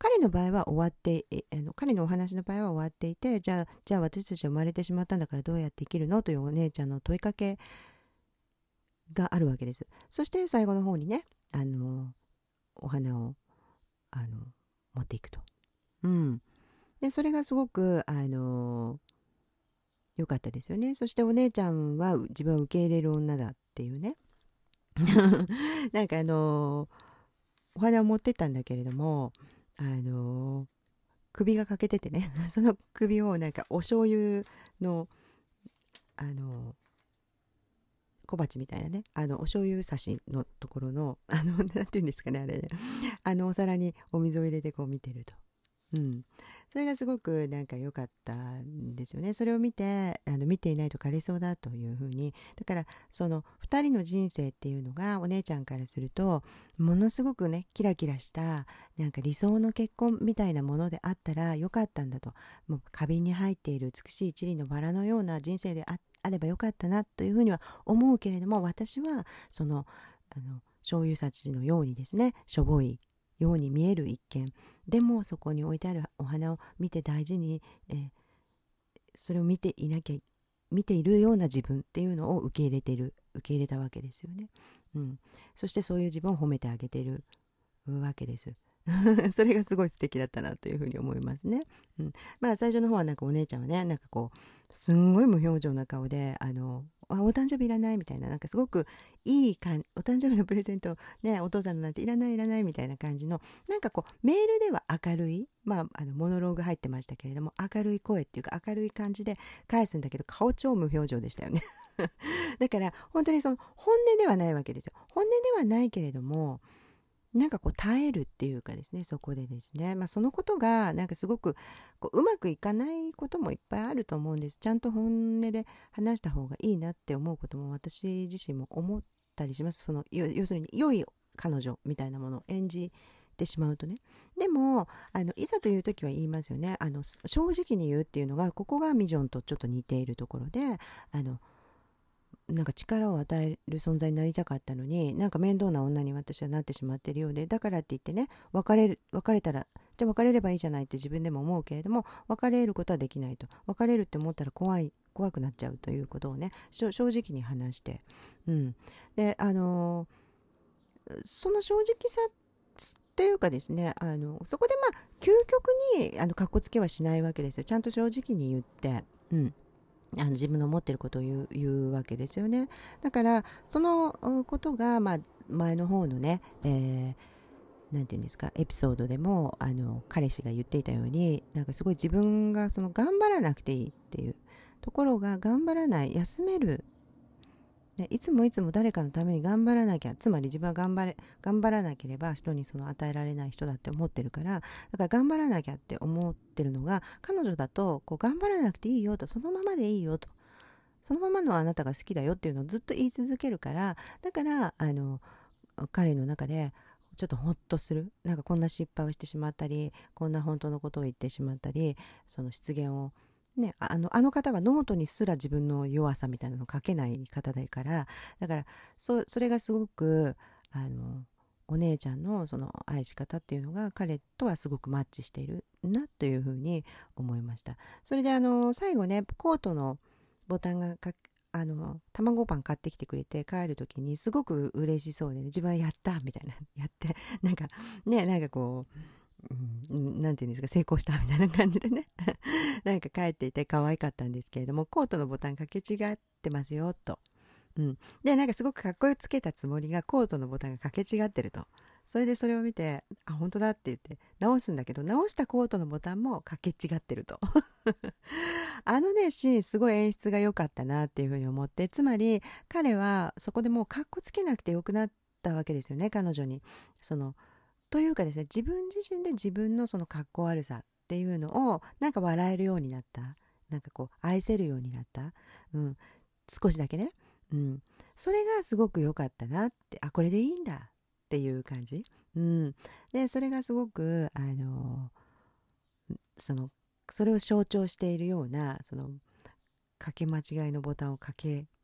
彼の場合は終わってえあの彼のお話の場合は終わっていて、じゃあじゃあ私たちは生まれてしまったんだからどうやって生きるのというお姉ちゃんの問いかけがあるわけです。そして最後の方にね、あのお花をあの持っていくと。うん。でそれがすごくあの良かったですよね。そしてお姉ちゃんは自分を受け入れる女だっていうね。なんかあのお花を持ってったんだけれども、あの首が欠けててね、その首をなんかお醤油のあの小鉢みたいなね、あのお醤油差しのところのあのなんていうんですかね、あれね、あのお皿にお水を入れてこう見てると。うん、それがすごくなんか良かったんですよね。それを見て、あの見ていないと枯れそうだというふうに。だからそのふたりの人生っていうのがお姉ちゃんからするとものすごくねキラキラしたなんか理想の結婚みたいなものであったら良かったんだと。もう花瓶に入っている美しい一輪のバラのような人生でああればよかったなというふうには思うけれども、私はそのあの醤油差しのようにですね、しょぼいように見える一見でもそこに置いてあるお花を見て大事に、えー、それを見ていなきゃ見ているような自分っていうのを受け入れている受け入れたわけですよね。うん、そしてそういう自分を褒めてあげているわけです。それがすごい素敵だったなというふうに思いますね。うん、まあ最初の方はなんかお姉ちゃんはね、なんかこうすんごい無表情な顔で、あのあお誕生日いらないみたいな、なんかすごくいい感じ、お誕生日のプレゼントね、お父さんのなんていらないいらないみたいな感じの、なんかこうメールでは明るい、まああのモノローグ入ってましたけれども、明るい声っていうか明るい感じで返すんだけど、顔超無表情でしたよね。だから本当にその本音ではないわけですよ。本音ではないけれども、なんかこう耐えるっていうかですね、そこでですね、まあ、そのことがなんかすごくこううまくいかないこともいっぱいあると思うんです。ちゃんと本音で話した方がいいなって思うことも私自身も思ったりします。その要するに良い彼女みたいなものを演じてしまうとね。でもあのいざという時は言いますよね。あの正直に言うっていうのが、ここがミジョンとちょっと似ているところで、あのなんか力を与える存在になりたかったのに、なんか面倒な女に私はなってしまっているようで、だからって言ってね、別れる別れたらじゃあ別れればいいじゃないって自分でも思うけれども、別れることはできないと。別れるって思ったら怖い怖くなっちゃうということをね、正直に話して、うん、であのーその正直さっていうかですね、あのそこでまあ究極にあのかっこつけはしないわけですよ。ちゃんと正直に言って、うん、あの自分の思っていることを言う、言うわけですよね。だからそのことが、まあ、前の方のね、えー、なんていうんですか、エピソードでもあの彼氏が言っていたように、なんかすごい自分がその頑張らなくていいっていうところが、頑張らない、休める、ね、いつもいつも誰かのために頑張らなきゃ、つまり自分は頑張れ頑張らなければ人にその与えられない人だって思ってるから、だから頑張らなきゃって思ってるのが、彼女だとこう頑張らなくていいよと、そのままでいいよと、そのままのあなたが好きだよっていうのをずっと言い続けるから、だからあの彼の中でちょっとホッとする、なんかこんな失敗をしてしまったり、こんな本当のことを言ってしまったり、その失言をね、あのあの方はノートにすら自分の弱さみたいなのを書けない方だから、だから そ, それがすごくあのお姉ちゃんのその愛し方っていうのが彼とはすごくマッチしているなというふうに思いました。それであの最後ね、コートのボタンがかあの卵パン買ってきてくれて帰る時にすごく嬉しそうで、ね、自分はやったみたいな、やってなんかね、なんかこう、うん、なんていうんですか、成功したみたいな感じでねなんか帰っていて可愛かったんですけれども、コートのボタンかけ違ってますよと、うん、でなんかすごくかっこつけたつもりがコートのボタンがかけ違ってると。それでそれを見て、あ本当だって言って直すんだけど、直したコートのボタンもかけ違ってるとあのねシーンすごい演出が良かったなっていうふうに思って、つまり彼はそこでもうかっこつけなくてよくなったわけですよね、彼女に。そのというかですね、自分自身で自分のそのかっこ悪さっていうのをなんか笑えるようになった、なんかこう愛せるようになった、うん、少しだけね、うん、それがすごく良かったなって、あこれでいいんだっていう感じ、うん、でそれがすごくあのそのそれを象徴しているような、そのかけ間違いのボタンをかけ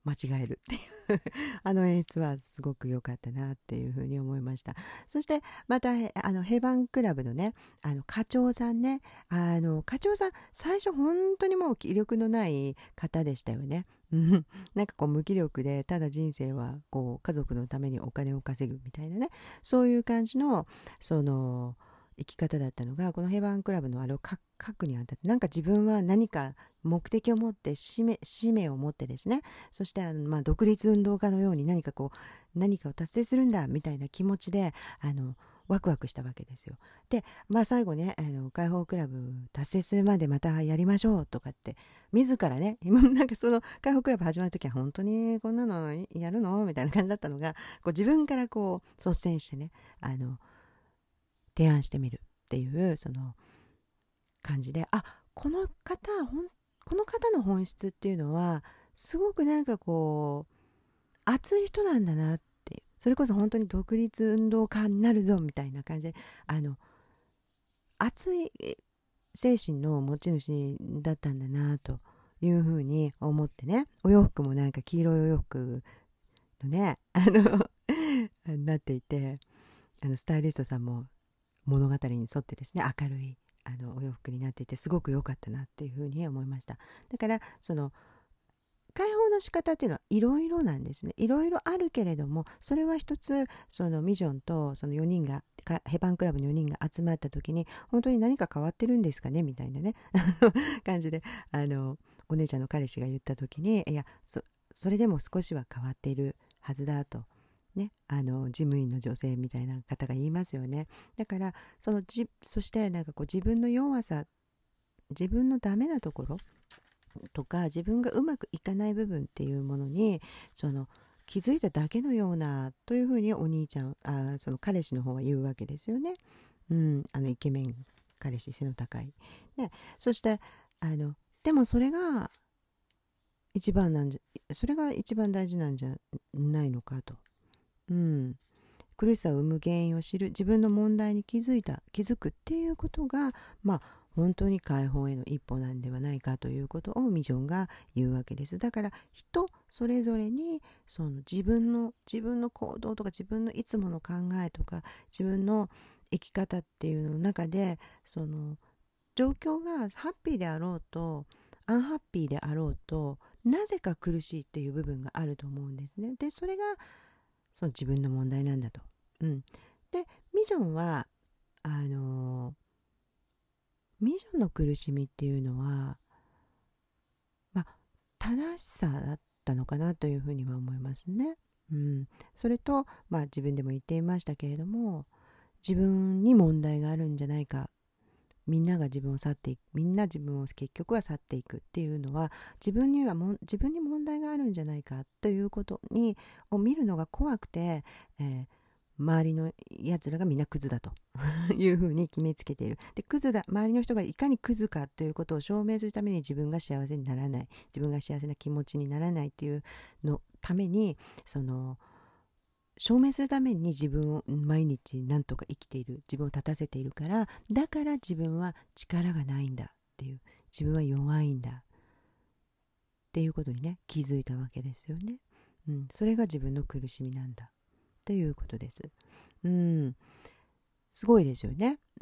間違えるっていうあの演出はすごく良かったなっていうふうに思いました。そしてまたあのヘバンクラブのね、あの課長さんね、あの課長さん最初本当にもう気力のない方でしたよね。うんなんかこう無気力で、ただ人生はこう家族のためにお金を稼ぐみたいなね、そういう感じのその生き方だったのが、このヘバンクラブのあれを書くにあたって、なんか自分は何か目的を持って、使命、使命を持ってですね、そしてあの、まあ、独立運動家のように何かこう何かを達成するんだみたいな気持ちであのワクワクしたわけですよ。で、まあ最後ね、あの解放クラブ達成するまでまたやりましょうとかって自らね、今なんかその解放クラブ始まるときは本当にこんなのやるのみたいな感じだったのが、こう自分からこう率先してね、あの提案してみるっていうその感じで、あ、この方ほんこの方の本質っていうのはすごくなんかこう熱い人なんだなっていう、それこそ本当に独立運動家になるぞみたいな感じで、あの熱い精神の持ち主だったんだなというふうに思ってね、お洋服もなんか黄色いお洋服のね、あのなっていて、あのスタイリストさんも物語に沿ってですね、明るいあのお洋服になっていてすごく良かったなっていうふうに思いました。だからその解放の仕方っていうのはいろいろなんですね。いろいろあるけれども、それは一つそのミジョンとそのよにんがヘバンクラブのよにんが集まった時に本当に何か変わってるんですかねみたいなね感じで、あのお姉ちゃんの彼氏が言った時に、いや そ, それでも少しは変わっているはずだとね、あの事務員の女性みたいな方が言いますよね。だからそのじそしてなんかこう自分の弱さ、自分のダメなところとか自分がうまくいかない部分っていうものにその気づいただけのようなというふうにお兄ちゃん、あその彼氏の方は言うわけですよね。うん、あのイケメン彼氏、背の高い。で、そしてあのでもそれが一番なんじゃそれが一番大事なんじゃないのかと。うん、苦しさを生む原因を知る、自分の問題に気づいた気づくっていうことが、まあ本当に解放への一歩なんではないかということをミジョンが言うわけです。だから人それぞれにその自分の自分の行動とか自分のいつもの考えとか自分の生き方っていうの中で、その状況がハッピーであろうとアンハッピーであろうとなぜか苦しいっていう部分があると思うんですね。でそれがその自分の問題なんだと。うん、でミジョンはあのミジョンの苦しみっていうのは、まあ、正しさだったのかなというふうには思いますね。うん、それと、まあ、自分でも言っていましたけれども、自分に問題があるんじゃないか、みんなが自分を去っていく、みんな自分を結局は去っていくっていうのは自分にはも自分に問題があるんじゃないかということにを見るのが怖くて、えー周りのやつらがみんなクズだというふうに決めつけている。で、クズだ、周りの人がいかにクズかということを証明するために自分が幸せにならない、自分が幸せな気持ちにならないっていうのために、その証明するために自分を毎日何とか生きている、自分を立たせているから、だから自分は力がないんだっていう、自分は弱いんだっていうことにね気づいたわけですよね。うん、それが自分の苦しみなんだということです。うん、すごいですよね。うん、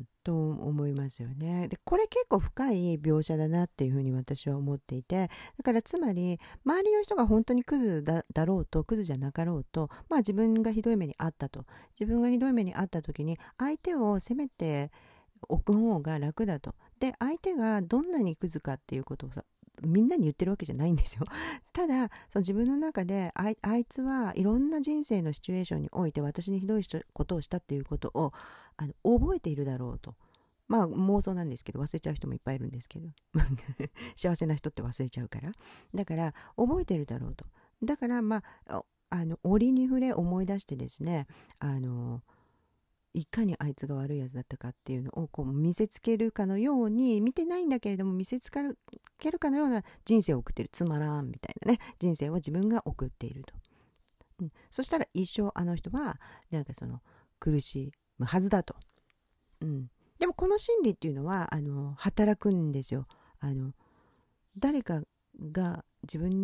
と思いますよね。で、これ結構深い描写だなっていうふうに私は思っていて、だからつまり周りの人が本当にクズ だ, だろうとクズじゃなかろうと、まあ自分がひどい目にあったと、自分がひどい目にあった時に相手を責めておく方が楽だと。で、相手がどんなにクズかっていうことをさみんなに言ってるわけじゃないんですよ。ただその自分の中で あ, いあいつはいろんな人生のシチュエーションにおいて私にひどいことをしたっていうことをあの覚えているだろうと。まあ妄想なんですけど忘れちゃう人もいっぱいいるんですけど幸せな人って忘れちゃうから、だから覚えてるだろうと。だからまああの折に触れ思い出してですね、あのいかにあいつが悪いやつだったかっていうのをこう見せつけるかのように、見てないんだけれども見せつけるかのような人生を送っている、つまらんみたいなね人生を自分が送っていると、うん、そしたら一生あの人はなんかその苦しむはずだと、うん、でもこの心理っていうのはあの働くんですよ。あの誰かが自分に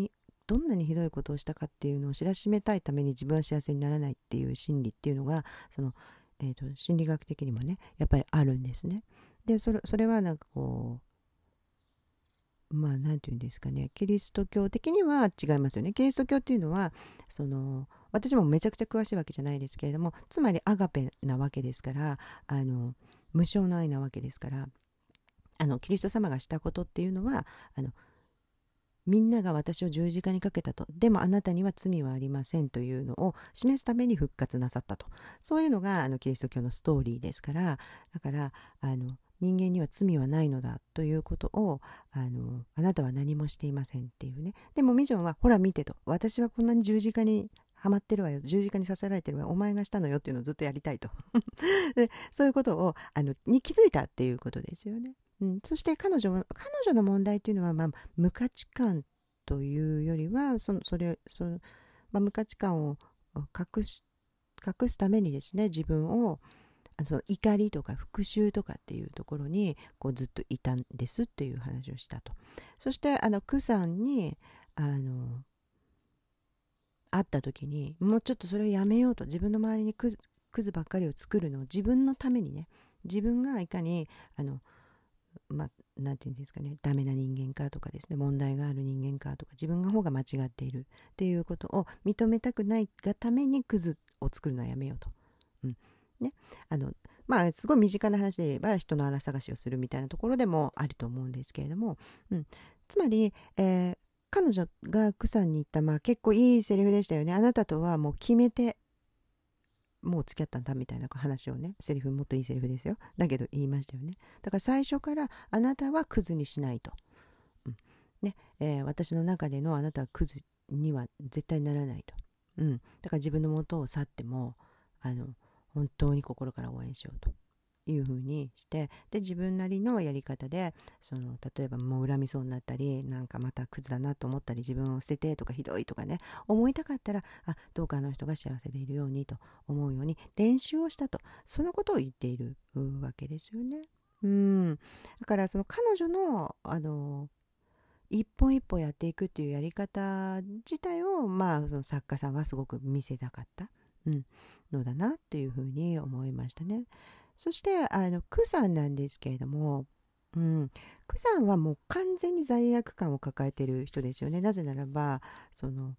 どんなにひどいことをしたかっていうのを知らしめたいために自分は幸せにならないっていう心理っていうのがその、えーと、心理学的にもねやっぱりあるんですね。でそれ、それはなんかこうまあなんていうんですかね、キリスト教的には違いますよね。キリスト教っていうのはその私もめちゃくちゃ詳しいわけじゃないですけれども、つまりアガペなわけですから、あの無償の愛なわけですから、あのキリスト様がしたことっていうのはあのみんなが私を十字架にかけたと、でもあなたには罪はありませんというのを示すために復活なさったと、そういうのがあのキリスト教のストーリーですから、だからあの人間には罪はないのだということをあのあなたは何もしていませんっていうね。でもミジョンはほら見てと、私はこんなに十字架にはまってるわよ、十字架に刺さられてるわよ、お前がしたのよっていうのをずっとやりたいとでそういうことをあのに気づいたっていうことですよね。うん、そして彼女彼女の問題というのは、まあ、無価値観というよりはそのそれその、まあ、無価値観を隠し隠すためにですね、自分をあのその怒りとか復讐とかっていうところにこうずっといたんですっていう話をしたと。そしてあのクさんにあの会った時に、もうちょっとそれをやめようと、自分の周りにクズ、クズばっかりを作るのを自分のためにね、自分がいかにあのまあ、なんていうんですかね、ダメな人間かとかですね、問題がある人間かとか、自分の方が間違っているっていうことを認めたくないがためにクズを作るのはやめようと。うんね、あのまあすごい身近な話で言えば人の荒探しをするみたいなところでもあると思うんですけれども、うん、つまり、えー彼女がクさんに言った、まあ、結構いいセリフでしたよね。あなたとはもう決めてもう付き合ったんだみたいな話をね、セリフ、もっといいセリフですよ、だけど言いましたよね。だから最初からあなたはクズにしないと、うんねえー私の中でのあなたはクズには絶対ならないと、うん、だから自分の元を去ってもあの本当に心から応援しようというふうにして、で自分なりのやり方でその例えばもう恨みそうになったり、なんかまたクズだなと思ったり、自分を捨ててとかひどいとかね思いたかったら、あどうかあの人が幸せでいるようにと思うように練習をしたと、そのことを言っているわけですよね。うんだからその彼女のあの一本一本やっていくっていうやり方自体を、まあその作家さんはすごく見せたかった、うん、のだなっていうふうに思いましたね。そしてあのクさんなんですけれども、うん、クさんはもう完全に罪悪感を抱えている人ですよね。なぜならばその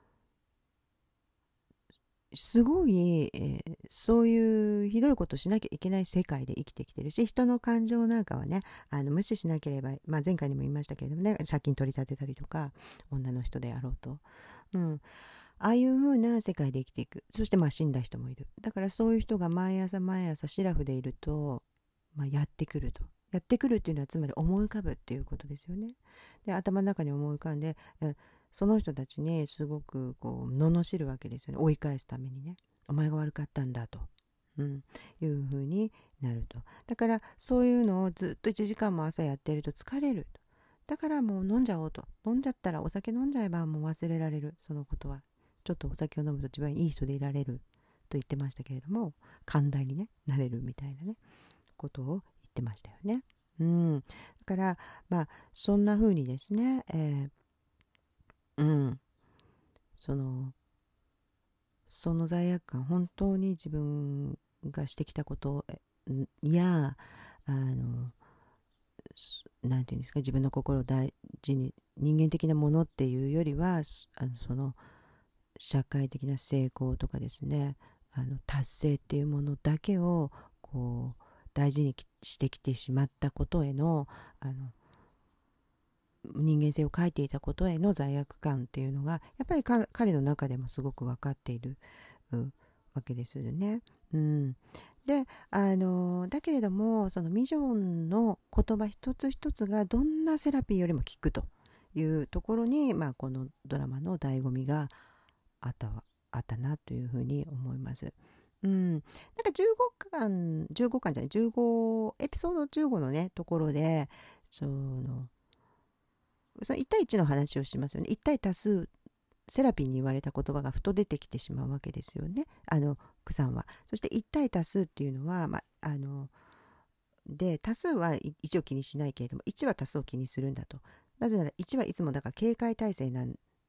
すごい、えーそういうひどいことをしなきゃいけない世界で生きてきてるし、人の感情なんかはねあの無視しなければ、まあ、前回にも言いましたけれどもね、借金取り立てたりとか女の人であろうと、うん、ああいう風な世界で生きていく。そしてまあ死んだ人もいる。だからそういう人が毎朝毎朝シラフでいると、まあ、やってくると。やってくるっていうのはつまり思い浮かぶっていうことですよね。で頭の中に思い浮かんで、えその人たちにすごくこう罵るわけですよね。追い返すためにね。お前が悪かったんだと、うん、いう風になると。だからそういうのをずっといちじかんも朝やってると疲れると。だからもう飲んじゃおうと。飲んじゃったら、お酒飲んじゃえばもう忘れられる。そのことは。ちょっとお酒を飲むと自分はいい人でいられると言ってましたけれども、寛大にねなれるみたいなねことを言ってましたよね。うん、だからまあそんな風にですね、えー、うんそのその罪悪感、本当に自分がしてきたことやあのなんていうんですか、自分の心を大事に、人間的なものっていうよりはあのその社会的な成功とかですね、あの達成っていうものだけをこう大事にしてきてしまったことへの、あの人間性を書いていたことへの罪悪感っていうのがやっぱり彼の中でもすごく分かっている、うん、わけですよね。うん、であのだけれどもそのミジョンの言葉一つ一つがどんなセラピーよりも効くというところに、まあ、このドラマの醍醐味があったあったなというふうに思います。うん、なんかじゅうごかんじゅうごかんじゃないじゅうごエピソードじゅうごのねところでそのそのいち対いちの話をしますよね。いち対多数セラピーに言われた言葉がふと出てきてしまうわけですよね、あのクさんは。そしていち対多数っていうのは、まあ、あので多数はいちを気にしないけれどもいちは多数を気にするんだと。なぜならいちはいつもだから警戒態勢なん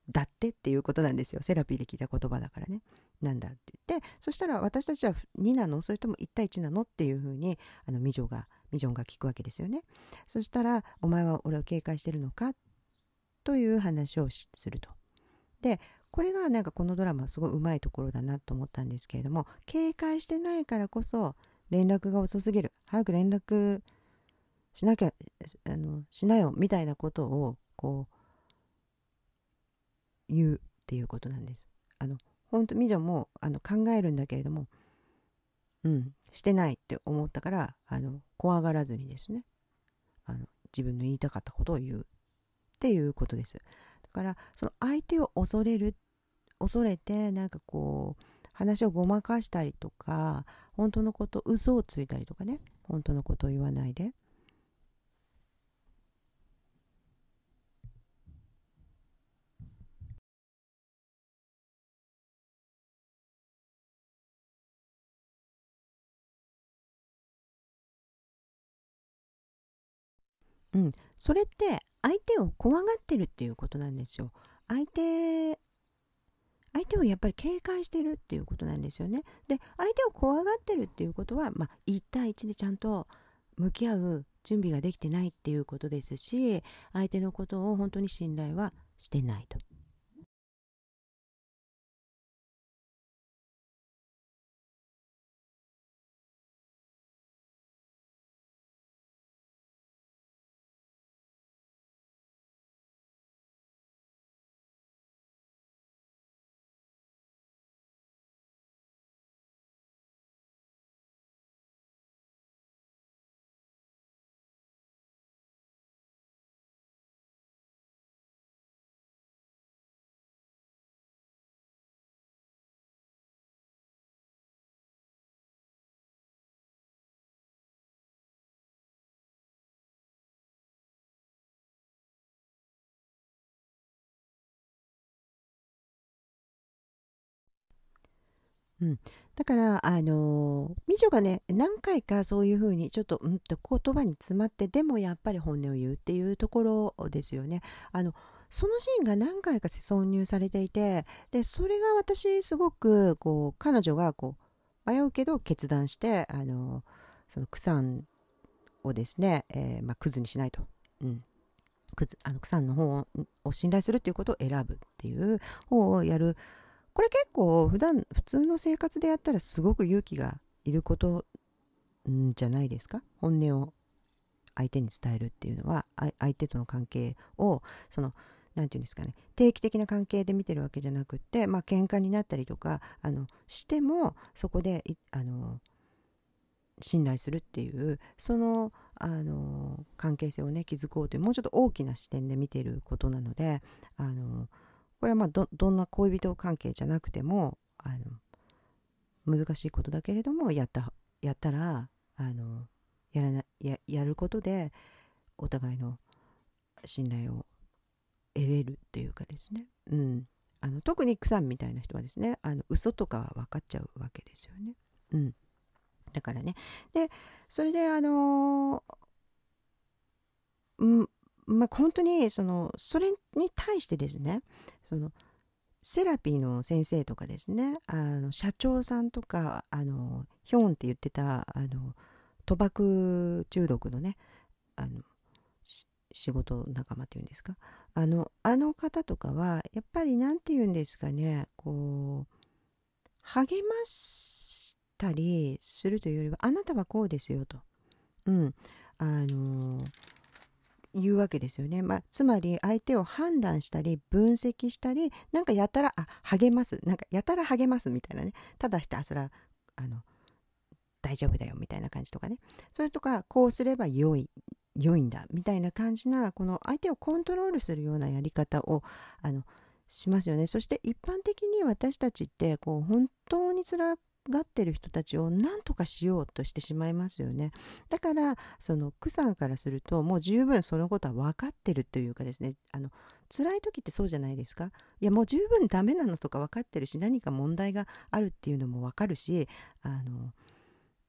だってっていうことなんですよ。セラピーで聞いた言葉だからね。なんだって言って、そしたら私たちはになの、それともいち対いちなのっていうふうにあのミジョがミジョンが聞くわけですよね。そしたら、お前は俺を警戒してるのかという話をすると。で、これがなんかこのドラマすごいうまいところだなと思ったんですけれども、警戒してないからこそ連絡が遅すぎる、早く連絡しなきゃあのしなよみたいなことをこう言うっていうことなんです。あの本当ミジョンもあの考えるんだけれども、うんしてないって思ったから、あの怖がらずにですね、あの自分の言いたかったことを言うっていうことです。だからその相手を恐れる恐れてなんかこう話をごまかしたりとか、本当のこと嘘をついたりとかね、本当のことを言わないで、うん、それって相手を怖がってるっていうことなんですよ。相手相手をやっぱり警戒してるっていうことなんですよね。で、相手を怖がってるっていうことは、まあ、いち対いちでちゃんと向き合う準備ができてないっていうことですし、相手のことを本当に信頼はしてないと。うん、だから、あのー、美女がね、何回かそういうふうにちょっと、うんと言葉に詰まって、でもやっぱり本音を言うっていうところですよね。あの、そのシーンが何回か挿入されていて、で、それが私、すごく、こう、彼女が、こう、迷うけど決断して、あのー、その、クサンをですね、えーまあ、クズにしないと。うん。クズ、あの、クサンの方を信頼するっていうことを選ぶっていう方をやる。これ結構普段普通の生活でやったらすごく勇気がいることんじゃないですか。本音を相手に伝えるっていうのは、相手との関係をそのなんていうんですかね、定期的な関係で見てるわけじゃなくって、まあ喧嘩になったりとかあのしても、そこであの信頼するっていうそのあの関係性をね築こうという、もうちょっと大きな視点で見ていることなので、あのこれはまあ ど, どんな恋人関係じゃなくてもあの難しいことだけれども、やったやったらあのやらなややることでお互いの信頼を得れるっていうかですね、うん、あの特にクさんみたいな人はですね、あの嘘とかは分かっちゃうわけですよね。うん、だからね、でそれであのうんまあ本当にそのそれに対してですね、そのセラピーの先生とかですね、あの社長さんとか、あのヒョンって言ってたあの賭博中毒のね、あの仕事仲間っていうんですか、あのあの方とかはやっぱりなんて言うんですかね、こう励ましたりするというよりは、あなたはこうですよと、うんあの言うわけですよね。まあ、つまり相手を判断したり分析したり、なんかやたらあ励ますなんかやたら励ますみたいなね、ただひたすらあの大丈夫だよみたいな感じとかね、それとかこうすれば良い良いんだみたいな感じな、この相手をコントロールするようなやり方をあのしますよね。そして一般的に私たちってこう本当に辛がってる人たちを何とかしようとしてしまいますよね。だからそのクさんからするともう十分そのことは分かってるというかですね、あの辛い時ってそうじゃないですか。いやもう十分ダメなのとか分かってるし、何か問題があるっていうのも分かるし、あの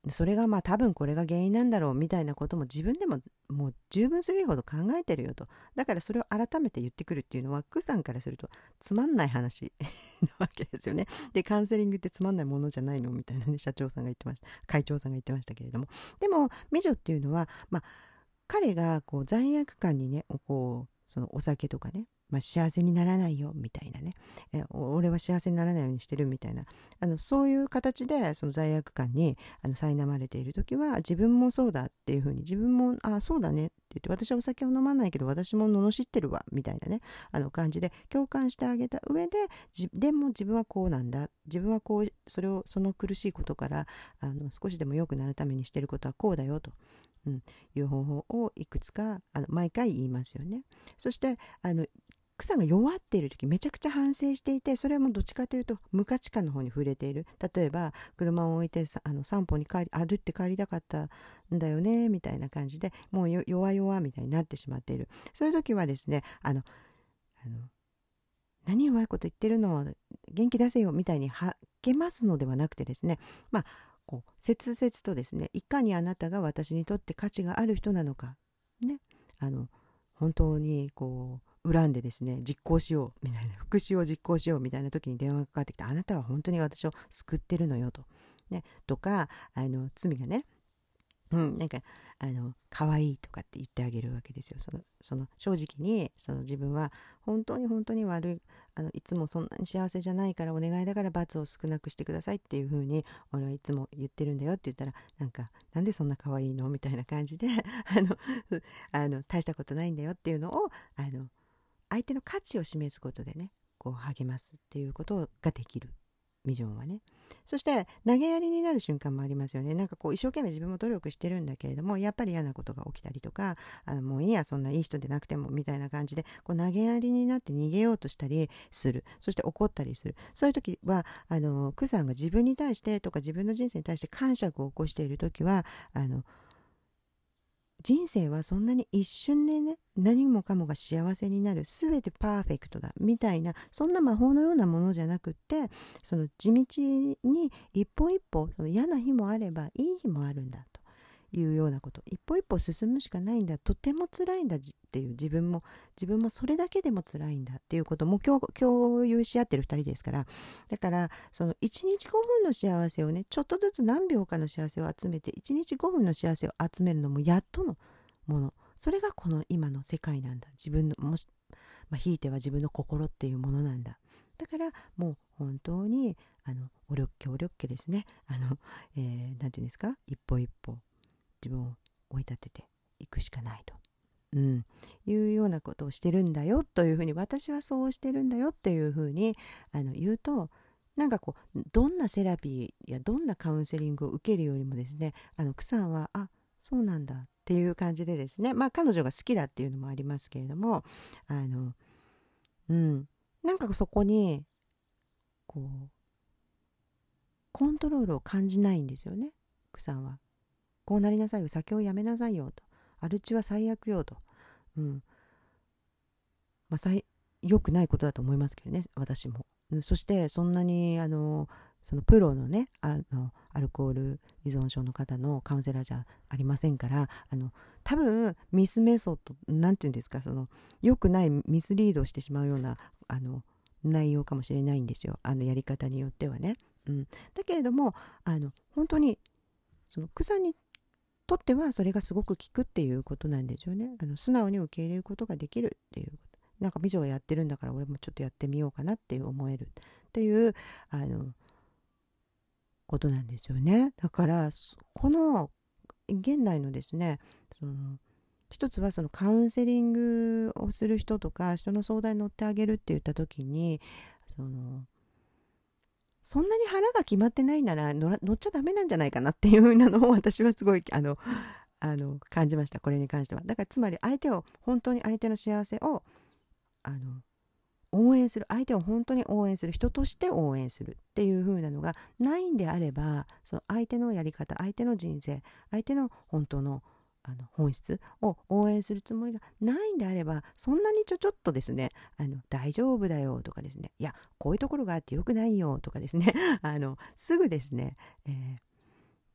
それがまあ多分これが原因なんだろうみたいなことも自分でももう十分すぎるほど考えてるよと。だからそれを改めて言ってくるっていうのはクさんからするとつまんない話なわけですよね。でカウンセリングってつまんないものじゃないのみたいなね、社長さんが言ってました、会長さんが言ってましたけれども、でも美女っていうのは、まあ、彼がこう罪悪感にね、こうそのお酒とかね、まあ、幸せにならないよみたいなね、え俺は幸せにならないようにしてるみたいな、あのそういう形でその罪悪感にあの苛まれている時は、自分もそうだっていうふうに、自分もあそうだねって言って、私はお酒を飲まないけど私も罵ってるわみたいなね、あの感じで共感してあげた上で、じでも自分はこうなんだ、自分はこう、それをその苦しいことからあの少しでも良くなるためにしてることはこうだよと、うん、いう方法をいくつかあの毎回言いますよね。そしてあの草が弱っている時、めちゃくちゃ反省していて、それはもうどっちかというと無価値観の方に触れている。例えば車を置いてあの散歩に帰り歩って帰りたかったんだよねみたいな感じで、もう弱々みたいになってしまっている。そういう時はですね、あのあの何弱いこと言ってるの、元気出せよみたいにはけますのではなくてですね、まあこう切々とですね、いかにあなたが私にとって価値がある人なのかね、あの本当にこう恨んでですね、実行しようみたいな、復讐を実行しようみたいな時に電話がかかってきて、あなたは本当に私を救ってるのよと、ね、とか、あの罪がね、うん、なんかあの可愛いとかって言ってあげるわけですよ。そのその正直にその自分は本当に本当に悪い、あのいつもそんなに幸せじゃないからお願いだから罰を少なくしてくださいっていう風に俺はいつも言ってるんだよって言ったら、なんかなんでそんな可愛いのみたいな感じであのあの大したことないんだよっていうのを、あの相手の価値を示すことでね、こう励ますっていうことができる、ビジョンはね。そして投げやりになる瞬間もありますよね。なんかこう一生懸命自分も努力してるんだけれども、やっぱり嫌なことが起きたりとか、あのもういいやそんないい人でなくてもみたいな感じでこう投げやりになって逃げようとしたりする。そして怒ったりする。そういう時はあのクさんが自分に対してとか自分の人生に対して感触を起こしている時は、あの人生はそんなに一瞬でね、何もかもが幸せになる、すべてパーフェクトだみたいな、そんな魔法のようなものじゃなくって、その地道に一歩一歩、その嫌な日もあればいい日もあるんだというようなこと、一歩一歩進むしかないんだ、とても辛いんだっていう、自分も自分もそれだけでも辛いんだっていうことも共共有し合ってるふたりですから。だからそのいちにちごふんの幸せをね、ちょっとずつ何秒かの幸せを集めていちにちごふんの幸せを集めるのもやっとのもの、それがこの今の世界なんだ。自分のもし、まあ、ひいては自分の心っていうものなんだ。だからもう本当にあのおりょっけおりょっけですね、あの、えー、なんていうんですか、一歩一歩自分を追い立てていくしかないと、うん、いうようなことをしてるんだよというふうに、私はそうしてるんだよっていうふうにあの言うと、なんかこうどんなセラピーやどんなカウンセリングを受けるよりもですね、あのクさんはあそうなんだっていう感じでですね、まあ彼女が好きだっていうのもありますけれども、あのうんなんかそこにこうコントロールを感じないんですよね、クさんは。こうなりなさいよ、酒をやめなさいよと、アル中は最悪よと、うん、まあ最良くないことだと思いますけどね、私も、うん、そしてそんなにあのそのプロのね、あのアルコール依存症の方のカウンセラーじゃありませんから、あの多分ミスメソッドなんていうんですか、その良くないミスリードをしてしまうようなあの内容かもしれないんですよ、あのやり方によってはね、うん、だけれどもあの本当にその草にとってはそれがすごく効くっていうことなんでしょうね。あの素直に受け入れることができるっていうこと、なんか美女がやってるんだから俺もちょっとやってみようかなっていう思えるっていうあのことなんですよね。だからこの現代のですね、その一つはそのカウンセリングをする人とか人の相談に乗ってあげるって言った時に、そのそんなに腹が決まってないなら乗ら乗っちゃダメなんじゃないかなっていう風なのを私はすごいあのあの感じました、これに関しては。だからつまり相手を本当に相手の幸せをあの応援する、相手を本当に応援する、人として応援するっていう風なのがないんであれば、その相手のやり方、相手の人生、相手の本当のあの本質を応援するつもりがないんであれば、そんなにちょちょっとですね、あの大丈夫だよとかですね、いやこういうところがあってよくないよとかですねあのすぐですね、えー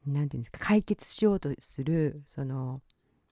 なんていうんですか、解決しようとするその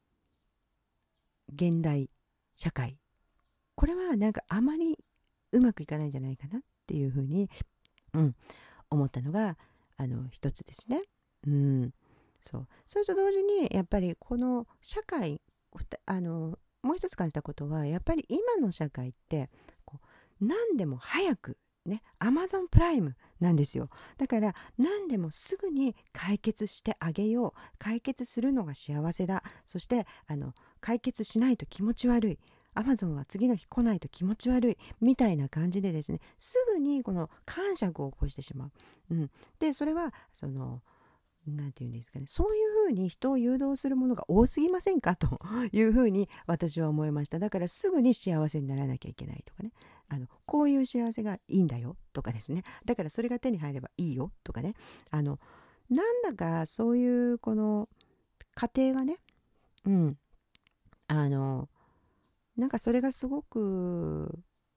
現代社会、これはなんかあまりうまくいかないんじゃないかなっていうふうに、うん、思ったのがあの一つですね。うん、そうそれと同時にやっぱりこの社会、あのもう一つ感じたことは、やっぱり今の社会ってこう何でも早くね、アマゾンプライムなんですよ。だから何でもすぐに解決してあげよう、解決するのが幸せだ、そしてあの解決しないと気持ち悪い、アマゾンは次の日来ないと気持ち悪いみたいな感じでですね、すぐにこの感触を起こしてしまう。うん、でそれはそのなんていうんですかね、そういうふうに人を誘導するものが多すぎませんかというふうに私は思いました。だからすぐに幸せにならなきゃいけないとかね、あのこういう幸せがいいんだよとかですね、だからそれが手に入ればいいよとかね、あのなんだかそういうこの過程がね、うんあのなんかそれがすごく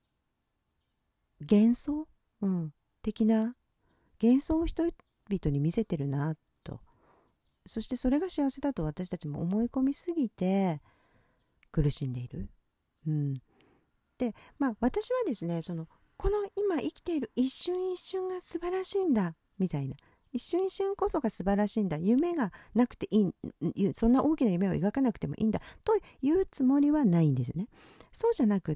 幻想、うん、的な幻想を人々に見せてるなと。そしてそれが幸せだと私たちも思い込みすぎて苦しんでいる。うん、でまあ私はですね、そのこの今生きている一瞬一瞬が素晴らしいんだみたいな、一瞬一瞬こそが素晴らしいんだ、夢がなくていい、そんな大きな夢を描かなくてもいいんだというつもりはないんですね。そうじゃなくって、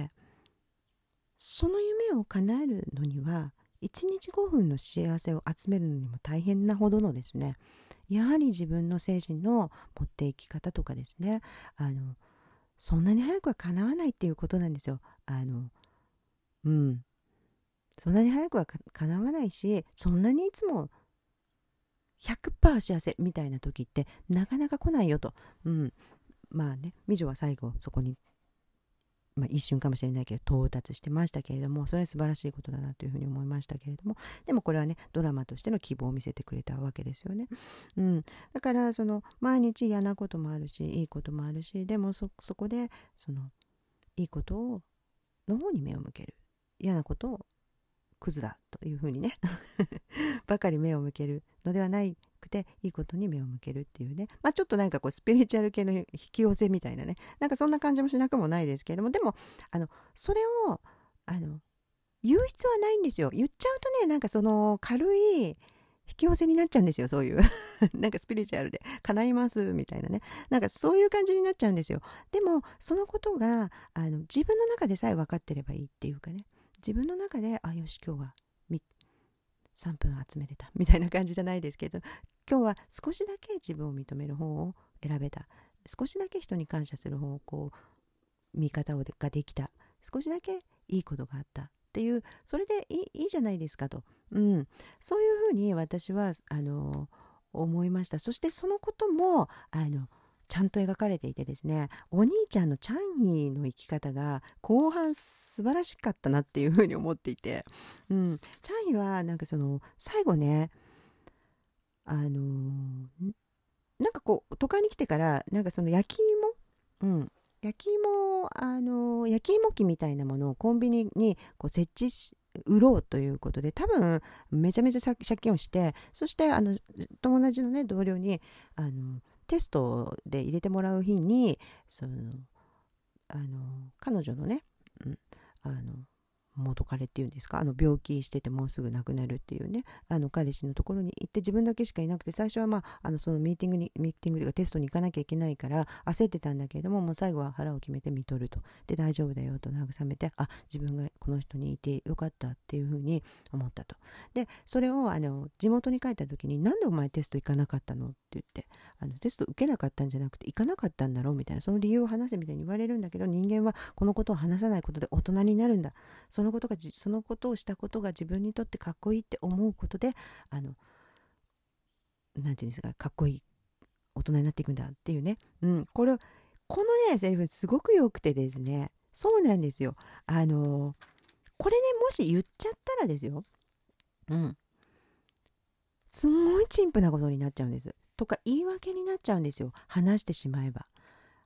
その夢を叶えるのにはいちにちごふんの幸せを集めるのにも大変なほどのですね、やはり自分の精神の持っていき方とかですね、あのそんなに早くは叶わないっていうことなんですよ。あのうんそんなに早くは叶わないし、そんなにいつも ひゃくパーセント 幸せみたいな時ってなかなか来ないよと。うん、まあね、美女は最後そこに、まあ、一瞬かもしれないけど到達してましたけれども、それは素晴らしいことだなというふうに思いましたけれども、でもこれはねドラマとしての希望を見せてくれたわけですよね。うん、だからその毎日嫌なこともあるしいいこともあるし、でも そ, そこでそのいいことをの方に目を向ける、嫌なことをクズだというふうにねばかり目を向けるのではなくて、いいことに目を向けるっていうね、まあ、ちょっとなんかこうスピリチュアル系の引き寄せみたいなね、なんかそんな感じもしなくもないですけれども、でもあのそれをあの言う必要はないんですよ。言っちゃうとね、なんかその軽い引き寄せになっちゃうんですよ、そういうなんかスピリチュアルで叶いますみたいなね、なんかそういう感じになっちゃうんですよ。でもそのことがあの自分の中でさえ分かってればいいっていうかね、自分の中であよし今日はさんぷん集めれたみたいな感じじゃないですけど、今日は少しだけ自分を認める方を選べた、少しだけ人に感謝する方向見方をができた、少しだけいいことがあったっていう、それでいい、いいじゃないですかと、うん、そういうふうに私はあの思いました。そしてそのこともあのちゃんと描かれていてですね、お兄ちゃんのチャンヒの生き方が後半素晴らしかったなっていうふうに思っていて、うん、チャンヒはなんかその最後ね、あのーなんかこう都会に来てからなんかその焼き芋、うん、焼き芋、あのー焼き芋機みたいなものをコンビニにこう設置し売ろうということで、多分めちゃめちゃ借金をして、そしてあの友達のね同僚にあのテストで入れてもらう日にそのあの彼女のね、うん、あの元彼っていうんですか、あの病気しててもうすぐ亡くなるっていうね、あの彼氏のところに行って、自分だけしかいなくて、最初はまああのそのミーティングにミーティングというかテストに行かなきゃいけないから焦ってたんだけれども、もう最後は腹を決めて見とると、で大丈夫だよと慰めて、あ自分がこの人にいてよかったっていうふうに思ったと。でそれをあの地元に帰った時に、なんでお前テスト行かなかったのって言って、あのテスト受けなかったんじゃなくて行かなかったんだろうみたいな、その理由を話せみたいに言われるんだけど、人間はこのことを話さないことで大人になるんだ、そのことがそのことをしたことが自分にとってかっこいいって思うことで、あのなんていうんですか、かっこいい大人になっていくんだっていうね、うん、これこのねセリフすごく良くてですね、そうなんですよ。あのこれねもし言っちゃったらですよ、うんすんごい陳腐なことになっちゃうんですとか言い訳になっちゃうんですよ、話してしまえば。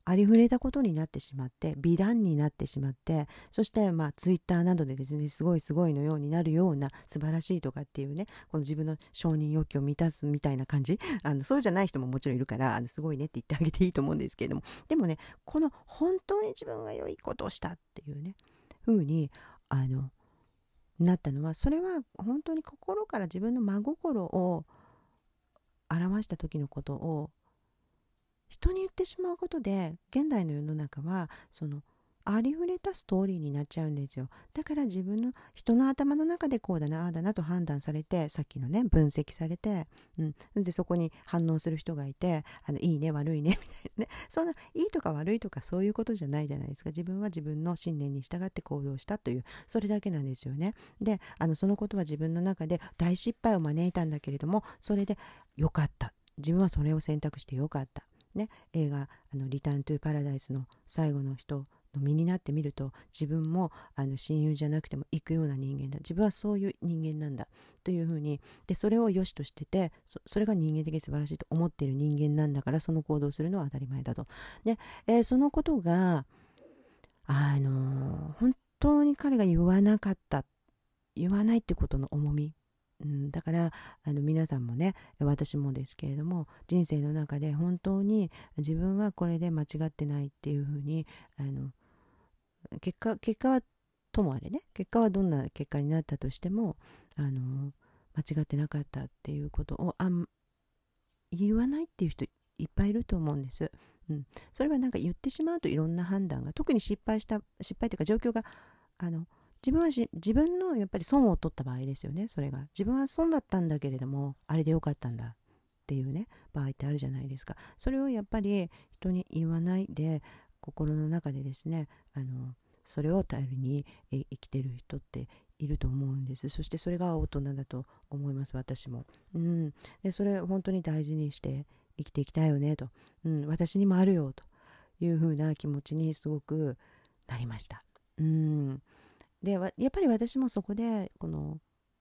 ありふれたことになってしまって美談になってしまって、そしてまあツイッターなどでですねすごいすごいのようになるような素晴らしいとかっていうね、この自分の承認欲求を満たすみたいな感じ、あのそうじゃない人ももちろんいるから、あのすごいねって言ってあげていいと思うんですけれども、でもねこの本当に自分が良いことをしたっていうね風にあのなったのは、それは本当に心から自分の真心を表した時のことを人に言ってしまうことで、現代の世の中はそのありふれたストーリーになっちゃうんですよ。だから自分の人の頭の中でこうだなああだなと判断されて、さっきのね分析されて、うん、でそこに反応する人がいて、あのいいね悪いねみたいなね、そんないいとか悪いとかそういうことじゃないじゃないですか。自分は自分の信念に従って行動したという、それだけなんですよね。であのそのことは自分の中で大失敗を招いたんだけれども、それでよかった、自分はそれを選択してよかったね、映画あのリターントゥパラダイスの最後の人の身になってみると、自分もあの親友じゃなくても行くような人間だ、自分はそういう人間なんだというふうに、でそれを良しとしてて、 そ, それが人間的に素晴らしいと思っている人間なんだから、その行動するのは当たり前だと。で、えーそのことがあのー本当に彼が言わなかった、言わないってことの重み、うん、だからあの皆さんもね、私もですけれども、人生の中で本当に自分はこれで間違ってないっていうふうに、あの結果結果はともあれね、結果はどんな結果になったとしても、あの間違ってなかったっていうことをあん言わないっていう人いっぱいいると思うんです。うん、それはなんか言ってしまうといろんな判断が、特に失敗した失敗というか状況があの自分はし自分のやっぱり損を取った場合ですよね。それが自分は損だったんだけれどもあれでよかったんだっていうね場合ってあるじゃないですか。それをやっぱり人に言わないで心の中でですね、あのそれを頼りにえ生きてる人っていると思うんです。そしてそれが大人だと思います、私も。うん、でそれ本当に大事にして生きていきたいよねと、うん、私にもあるよというふうな気持ちにすごくなりました。うんでやっぱり私もそこでこの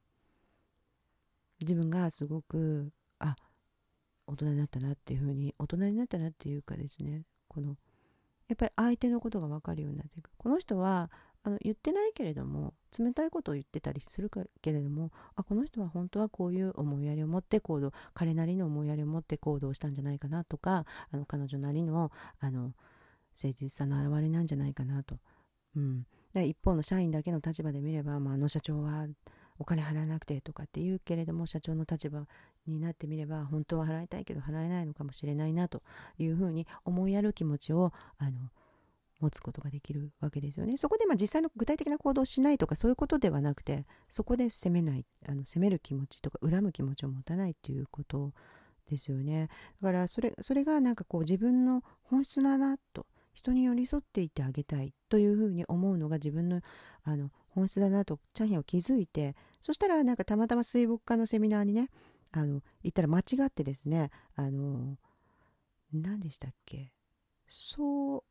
自分がすごくあ大人になったなっていうふうに、大人になったなっていうかですね、このやっぱり相手のことが分かるようになっていく。この人はあの言ってないけれども冷たいことを言ってたりするかけれども、あこの人は本当はこういう思いやりを持って行動、彼なりの思いやりを持って行動したんじゃないかなとか、あの彼女なりのあの誠実さの表れなんじゃないかなと。うん、で一方の社員だけの立場で見れば、まあ、あの社長はお金払わなくてとかって言うけれども、社長の立場になってみれば本当は払いたいけど払えないのかもしれないなというふうに思いやる気持ちをあの持つことができるわけですよね。そこでまあ実際の具体的な行動をしないとかそういうことではなくて、そこで責めない、あの責める気持ちとか恨む気持ちを持たないということですよね。だからそれそれがなんかこう自分の本質だなと、人に寄り添っていってあげたいというふうに思うのが自分のあの本質だなとチャンヒンは気づいて、そしたらなんかたまたま水墨画のセミナーにねあの行ったら間違ってですね、あの何でしたっけ、そう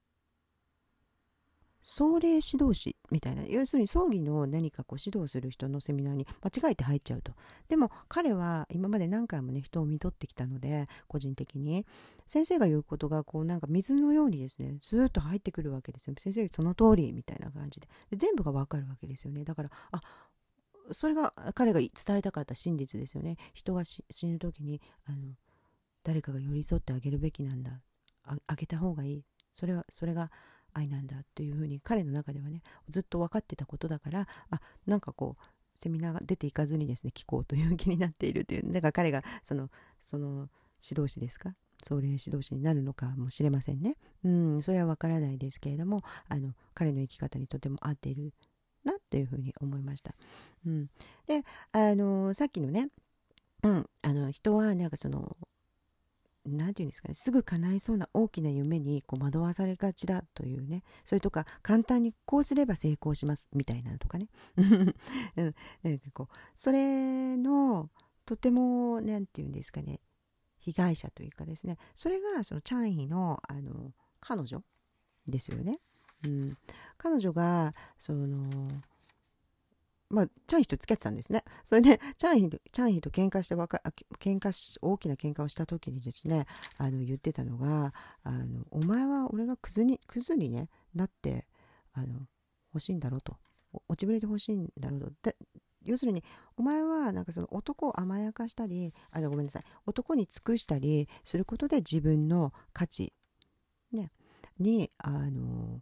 葬礼指導士みたいな、要するに葬儀の何かこう指導する人のセミナーに間違えて入っちゃうと。でも彼は今まで何回もね人を見とってきたので、個人的に先生が言うことがこうなんか水のようにですねスーッと入ってくるわけですよ。先生その通りみたいな感じで、で全部がわかるわけですよね。だからあそれが彼が伝えたかった真実ですよね。人が死ぬ時にあの誰かが寄り添ってあげるべきなんだ、 あ, あげた方がいい、それはそれが愛なんだっていうふうに彼の中ではねずっと分かってたことだから、あなんかこうセミナーが出ていかずにですね聞こうという気になっているという、だから彼がそのその指導士ですか、総霊指導士になるのかもしれませんね。うんそれは分からないですけれども、あの彼の生き方にとても合っているなというふうに思いました。うん、であのさっきのね、うん、あの人はなんかそのなんていうんですかね、すぐ叶いそうな大きな夢にこう惑わされがちだというね、それとか簡単にこうすれば成功しますみたいなのとかね、うん、なんかこうそれのとてもなんていうんですかね、被害者というかですね、それがそのチャンヒのあの彼女ですよね。うん、彼女がそのまあチャンヒと付き合ってたんですね。それでチャンヒとチャンヒと喧嘩してわかあ喧嘩し大きな喧嘩をした時にですね、あの言ってたのが、あのお前は俺がクズにクズにねなってあの欲しいんだろうと、お落ちぶれて欲しいんだろうと。で要するにお前はなんかその男を甘やかしたり、あのごめんなさい、男に尽くしたりすることで自分の価値、ね、にあの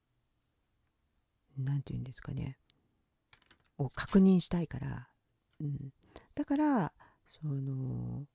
なんていうんですかね、を確認したいから、うん、だからその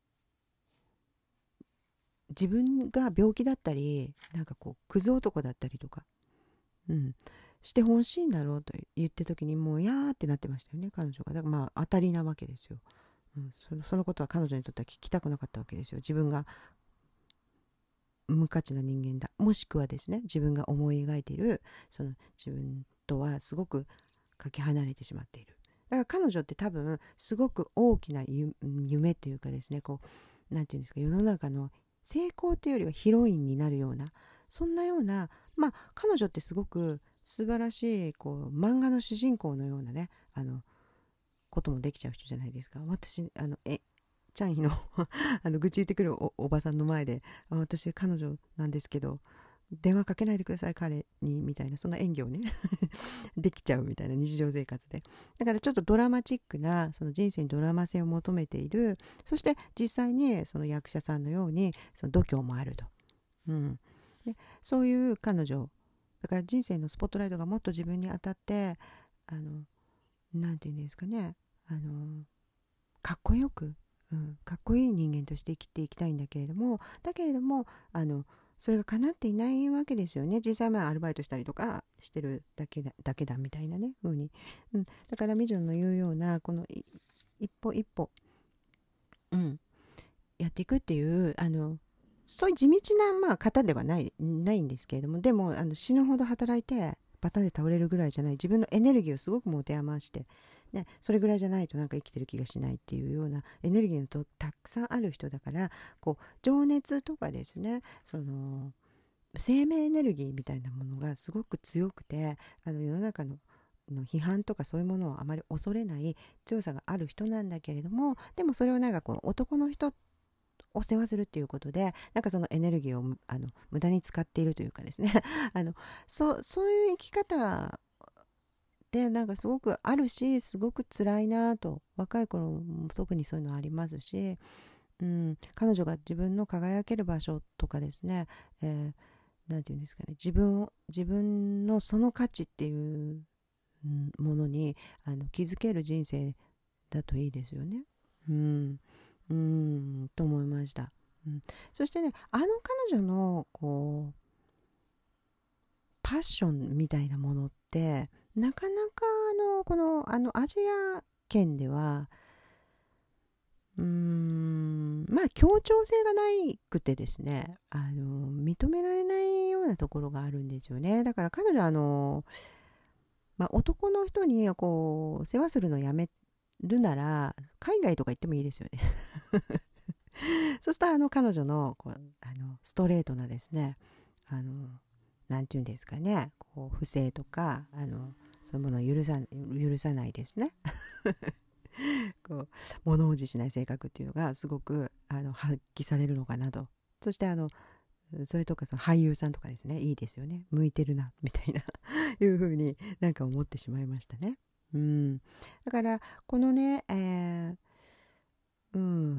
自分が病気だったりなんかこうクズ男だったりとか、うん、してほしいんだろうと言って時にもうやーってなってましたよね、彼女が。だからまあ当たりなわけですよ、うん、そのそのことは彼女にとっては聞きたくなかったわけですよ。自分が無価値な人間だ、もしくはですね、自分が思い描いているその自分とはすごくかけ離れてしまっている。だから彼女って多分すごく大きな夢っていうかですね、こうなんていうんですか、世の中の成功っていうよりはヒロインになるような、そんなような、まあ彼女ってすごく素晴らしいこう漫画の主人公のようなね、あのこともできちゃう人じゃないですか。私あのえチャンヒのあの愚痴言ってくる お, おばさんの前で、あ私彼女なんですけど電話かけないでください彼にみたいな、そんな演技をねできちゃうみたいな日常生活で。だからちょっとドラマチックなその人生にドラマ性を求めている、そして実際にその役者さんのようにその度胸もあると、うん、でそういう彼女だから、人生のスポットライトがもっと自分に当たって、あのなんていうんですかね、あのかっこよく、うん、かっこいい人間として生きていきたいんだけれども、だけれどもあのそれが叶っていないわけですよね。実際まあアルバイトしたりとかしてるだけだだけだみたいなね風に、うん、だからミジョンの言うようなこの一歩一歩、うん、やっていくっていうあのそういう地道な、まあ、方ではないないんですけれども、でもあの死ぬほど働いてバタンで倒れるぐらいじゃない、自分のエネルギーをすごく持て余して、ね、それぐらいじゃないとなんか生きてる気がしないっていうようなエネルギーのとたくさんある人だから、こう情熱とかですね、その生命エネルギーみたいなものがすごく強くて、あの世の中のの批判とかそういうものをあまり恐れない強さがある人なんだけれども、でもそれをなんかこう男の人お世話するっていうことでなんかそのエネルギーをあの無駄に使っているというかですねあのそそういう生き方でなんかすごくあるし、すごく辛いなと、若い頃も特にそういうのありますし、うん、彼女が自分の輝ける場所とかですね、えー、なんていうんですかね、自分を自分のその価値っていうものにあの気づける人生だといいですよね。うんうーんと思いました、うん、そしてね、あの彼女のこうパッションみたいなものってなかなかあのこのあのアジア圏ではうーんまあ協調性がないくてですね、あの認められないようなところがあるんですよね。だから彼女はあの、まあ、男の人にこう世話するのやめるなら海外とか行ってもいいですよねそうするとあの彼女のこうあのストレートなですね、あのなんていうんですかね、こう不正とかあのそういうものを許さ許さないですねこう物おじしない性格っていうのがすごくあの発揮されるのかなと。そしてあのそれとかその俳優さんとかですね、いいですよね、向いてるなみたいないう風になんか思ってしまいましたね。うん、だからこのね、えーうん、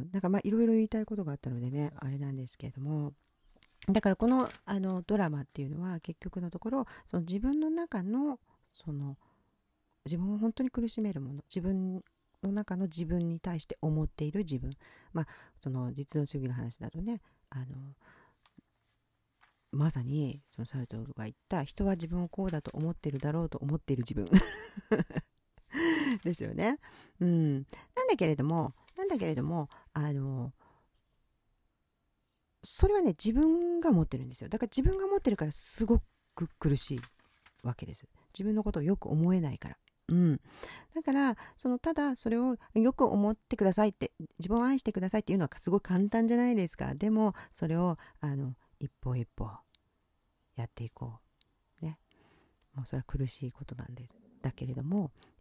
なんかまあいろいろ言いたいことがあったのでねあれなんですけれども、だからこのあのドラマっていうのは結局のところその自分の中のその自分を本当に苦しめるもの、自分の中の自分に対して思っている自分、まあその実存主義の話だとね、あのまさにそのサルトルが言った人は自分をこうだと思ってるだろうと思っている自分ですよね。うん、なんだけれどもなんだけれどもあのそれはね自分が持ってるんですよ。だから自分が持ってるからすごく苦しいわけです。自分のことをよく思えないから。うん、だからそのただそれをよく思ってくださいって、自分を愛してくださいっていうのはすごい簡単じゃないですか。でもそれをあの一歩一歩やっていこうね。もうそれは苦しいことなんです。だけれども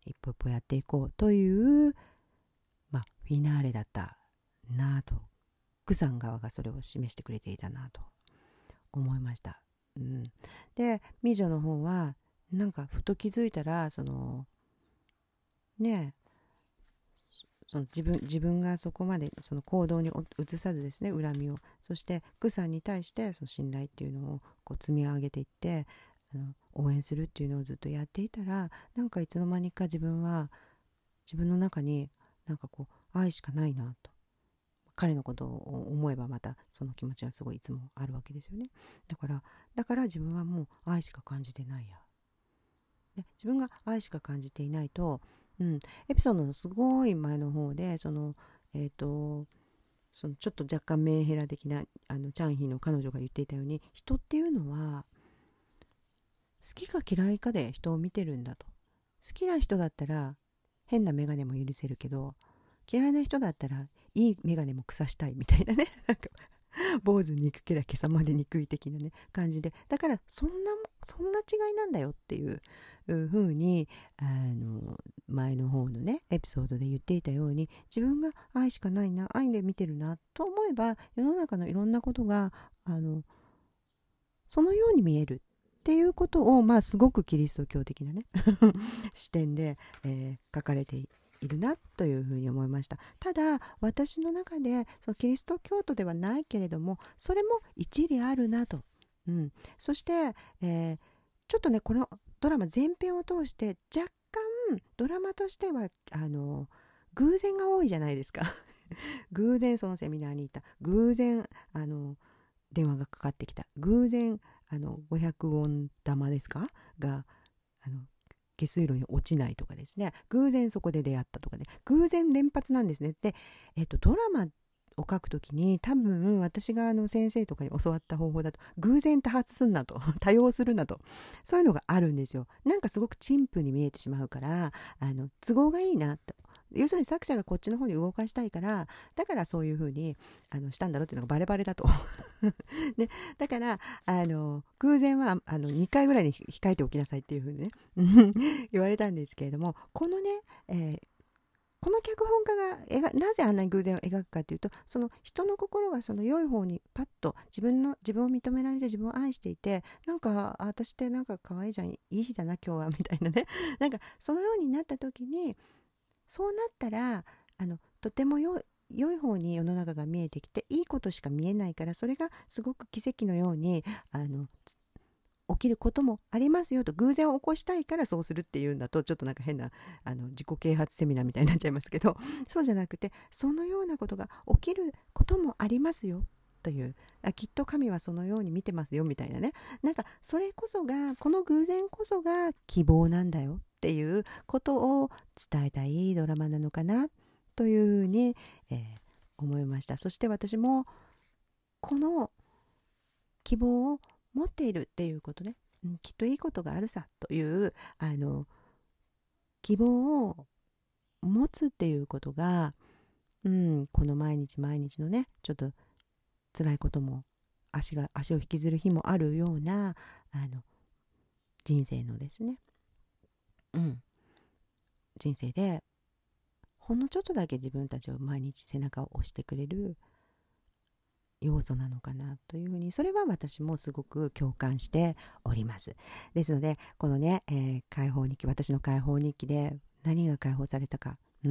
一歩一歩やっていこうという、まあ、フィナーレだったなと、グさん側がそれを示してくれていたなと思いました。うん、でミジョの方はなんかふと気づいたら、そのねえその自分自分がそこまでその行動に移さずですね、恨みを、そしてグさんに対してその信頼っていうのをこう積み上げていって、あの応援するっていうのをずっとやっていたら、なんかいつの間にか自分は自分の中になんかこう愛しかないなと、彼のことを思えばまたその気持ちがすごいいつもあるわけですよね。だからだから自分はもう愛しか感じてないや、で自分が愛しか感じていないと、うん、エピソードのすごい前の方で、そのえっ、ー、とそのちょっと若干メンヘラ的なあのチャンヒの彼女が言っていたように、人っていうのは好きか嫌いかで人を見てるんだと。好きな人だったら変な眼鏡も許せるけど、嫌いな人だったらいい眼鏡も腐したいみたいなねなんか坊主憎けりゃ今朝まで憎い的なね感じで、だからそんなそんな違いなんだよっていう風に、あの前の方のねエピソードで言っていたように、自分が愛しかないな、愛で見てるなと思えば、世の中のいろんなことがあのそのように見えるっていうことを、まあすごくキリスト教的なね視点で、えー、書かれていいるなというふうに思いました。ただ私の中でそのキリスト教徒ではないけれども、それも一理あるなと、うん、そして、えー、ちょっとねこのドラマ全編を通して若干ドラマとしてはあの偶然が多いじゃないですか偶然そのセミナーにいた、偶然あの電話がかかってきた、偶然あのごひゃくウォン玉ですかがあの下水路に落ちないとかですね、偶然そこで出会ったとかね、偶然連発なんですね。で、えっと、ドラマを書くときに多分私があの先生とかに教わった方法だと、偶然多発すんなと多用するなと、そういうのがあるんですよ。なんかすごく陳腐に見えてしまうから、あの都合がいいなと、要するに作者がこっちの方に動かしたいから、だからそういう風にあのしたんだろうっていうのがバレバレだと、ね、だからあの偶然はあのにかいぐらいに控えておきなさいっていう風にね言われたんですけれども、このね、えー、この脚本家が描なぜあんなに偶然を描くかというと、その人の心がその良い方にパッと自分の自分を認められて自分を愛していて、なんか私ってなんか可愛いじゃん、いい日だな今日はみたいなねなんかそのようになった時に、そうなったらあのとても良い良い方に世の中が見えてきて、いいことしか見えないから、それがすごく奇跡のようにあの起きることもありますよと、偶然を起こしたいからそうするっていうんだと、ちょっとなんか変なあの自己啓発セミナーみたいになっちゃいますけど、そうじゃなくて、そのようなことが起きることもありますよという、あきっと神はそのように見てますよみたいなね、なんかそれこそが、この偶然こそが希望なんだよっていうことを伝えたいドラマなのかなというふうに、えー、思いました。そして私もこの希望を持っているっていうことね、うん、きっといいことがあるさというあの希望を持つっていうことが、うん、この毎日毎日のねちょっと辛いことも足が足を引きずる日もあるようなあの人生のですね、うん、人生でほんのちょっとだけ自分たちを毎日背中を押してくれる要素なのかなというふうに、それは私もすごく共感しております。ですのでこのね、えー、解放日記、私の解放日記で何が解放されたか、うん、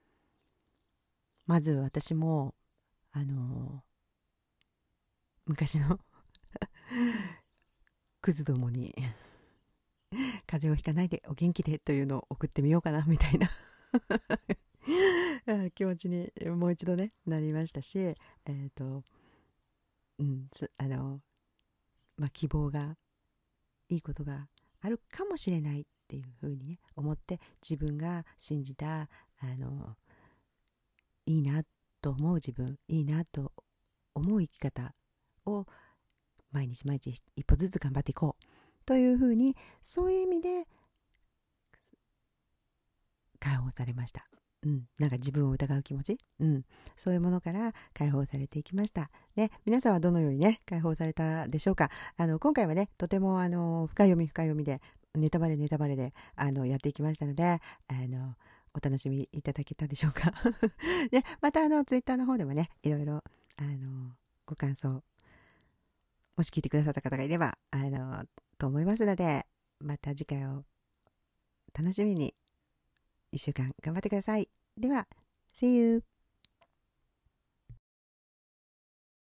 まず私もあのー、昔のクズどもに風邪をひかないでお元気でというのを送ってみようかなみたいな気持ちにもう一度ねなりましたし、えっとうんあのまあ希望がいいことがあるかもしれないっていうふうにね思って、自分が信じたあのいいなと思う自分、いいなと思う生き方を毎日毎日一歩ずつ頑張っていこうというふうに、そういう意味で解放されました。うん、なんか自分を疑う気持ち、うん、そういうものから解放されていきました。で、皆さんはどのようにね解放されたでしょうか。あの今回はねとてもあの深読み深読みでネタバレネタバレであのやっていきましたので、あのお楽しみいただけたでしょうか。でまたあのツイッターの方でもね、いろいろあのご感想もし聞いてくださった方がいればあのと思いますので、また次回を楽しみにいっしゅうかん頑張ってください。では See you!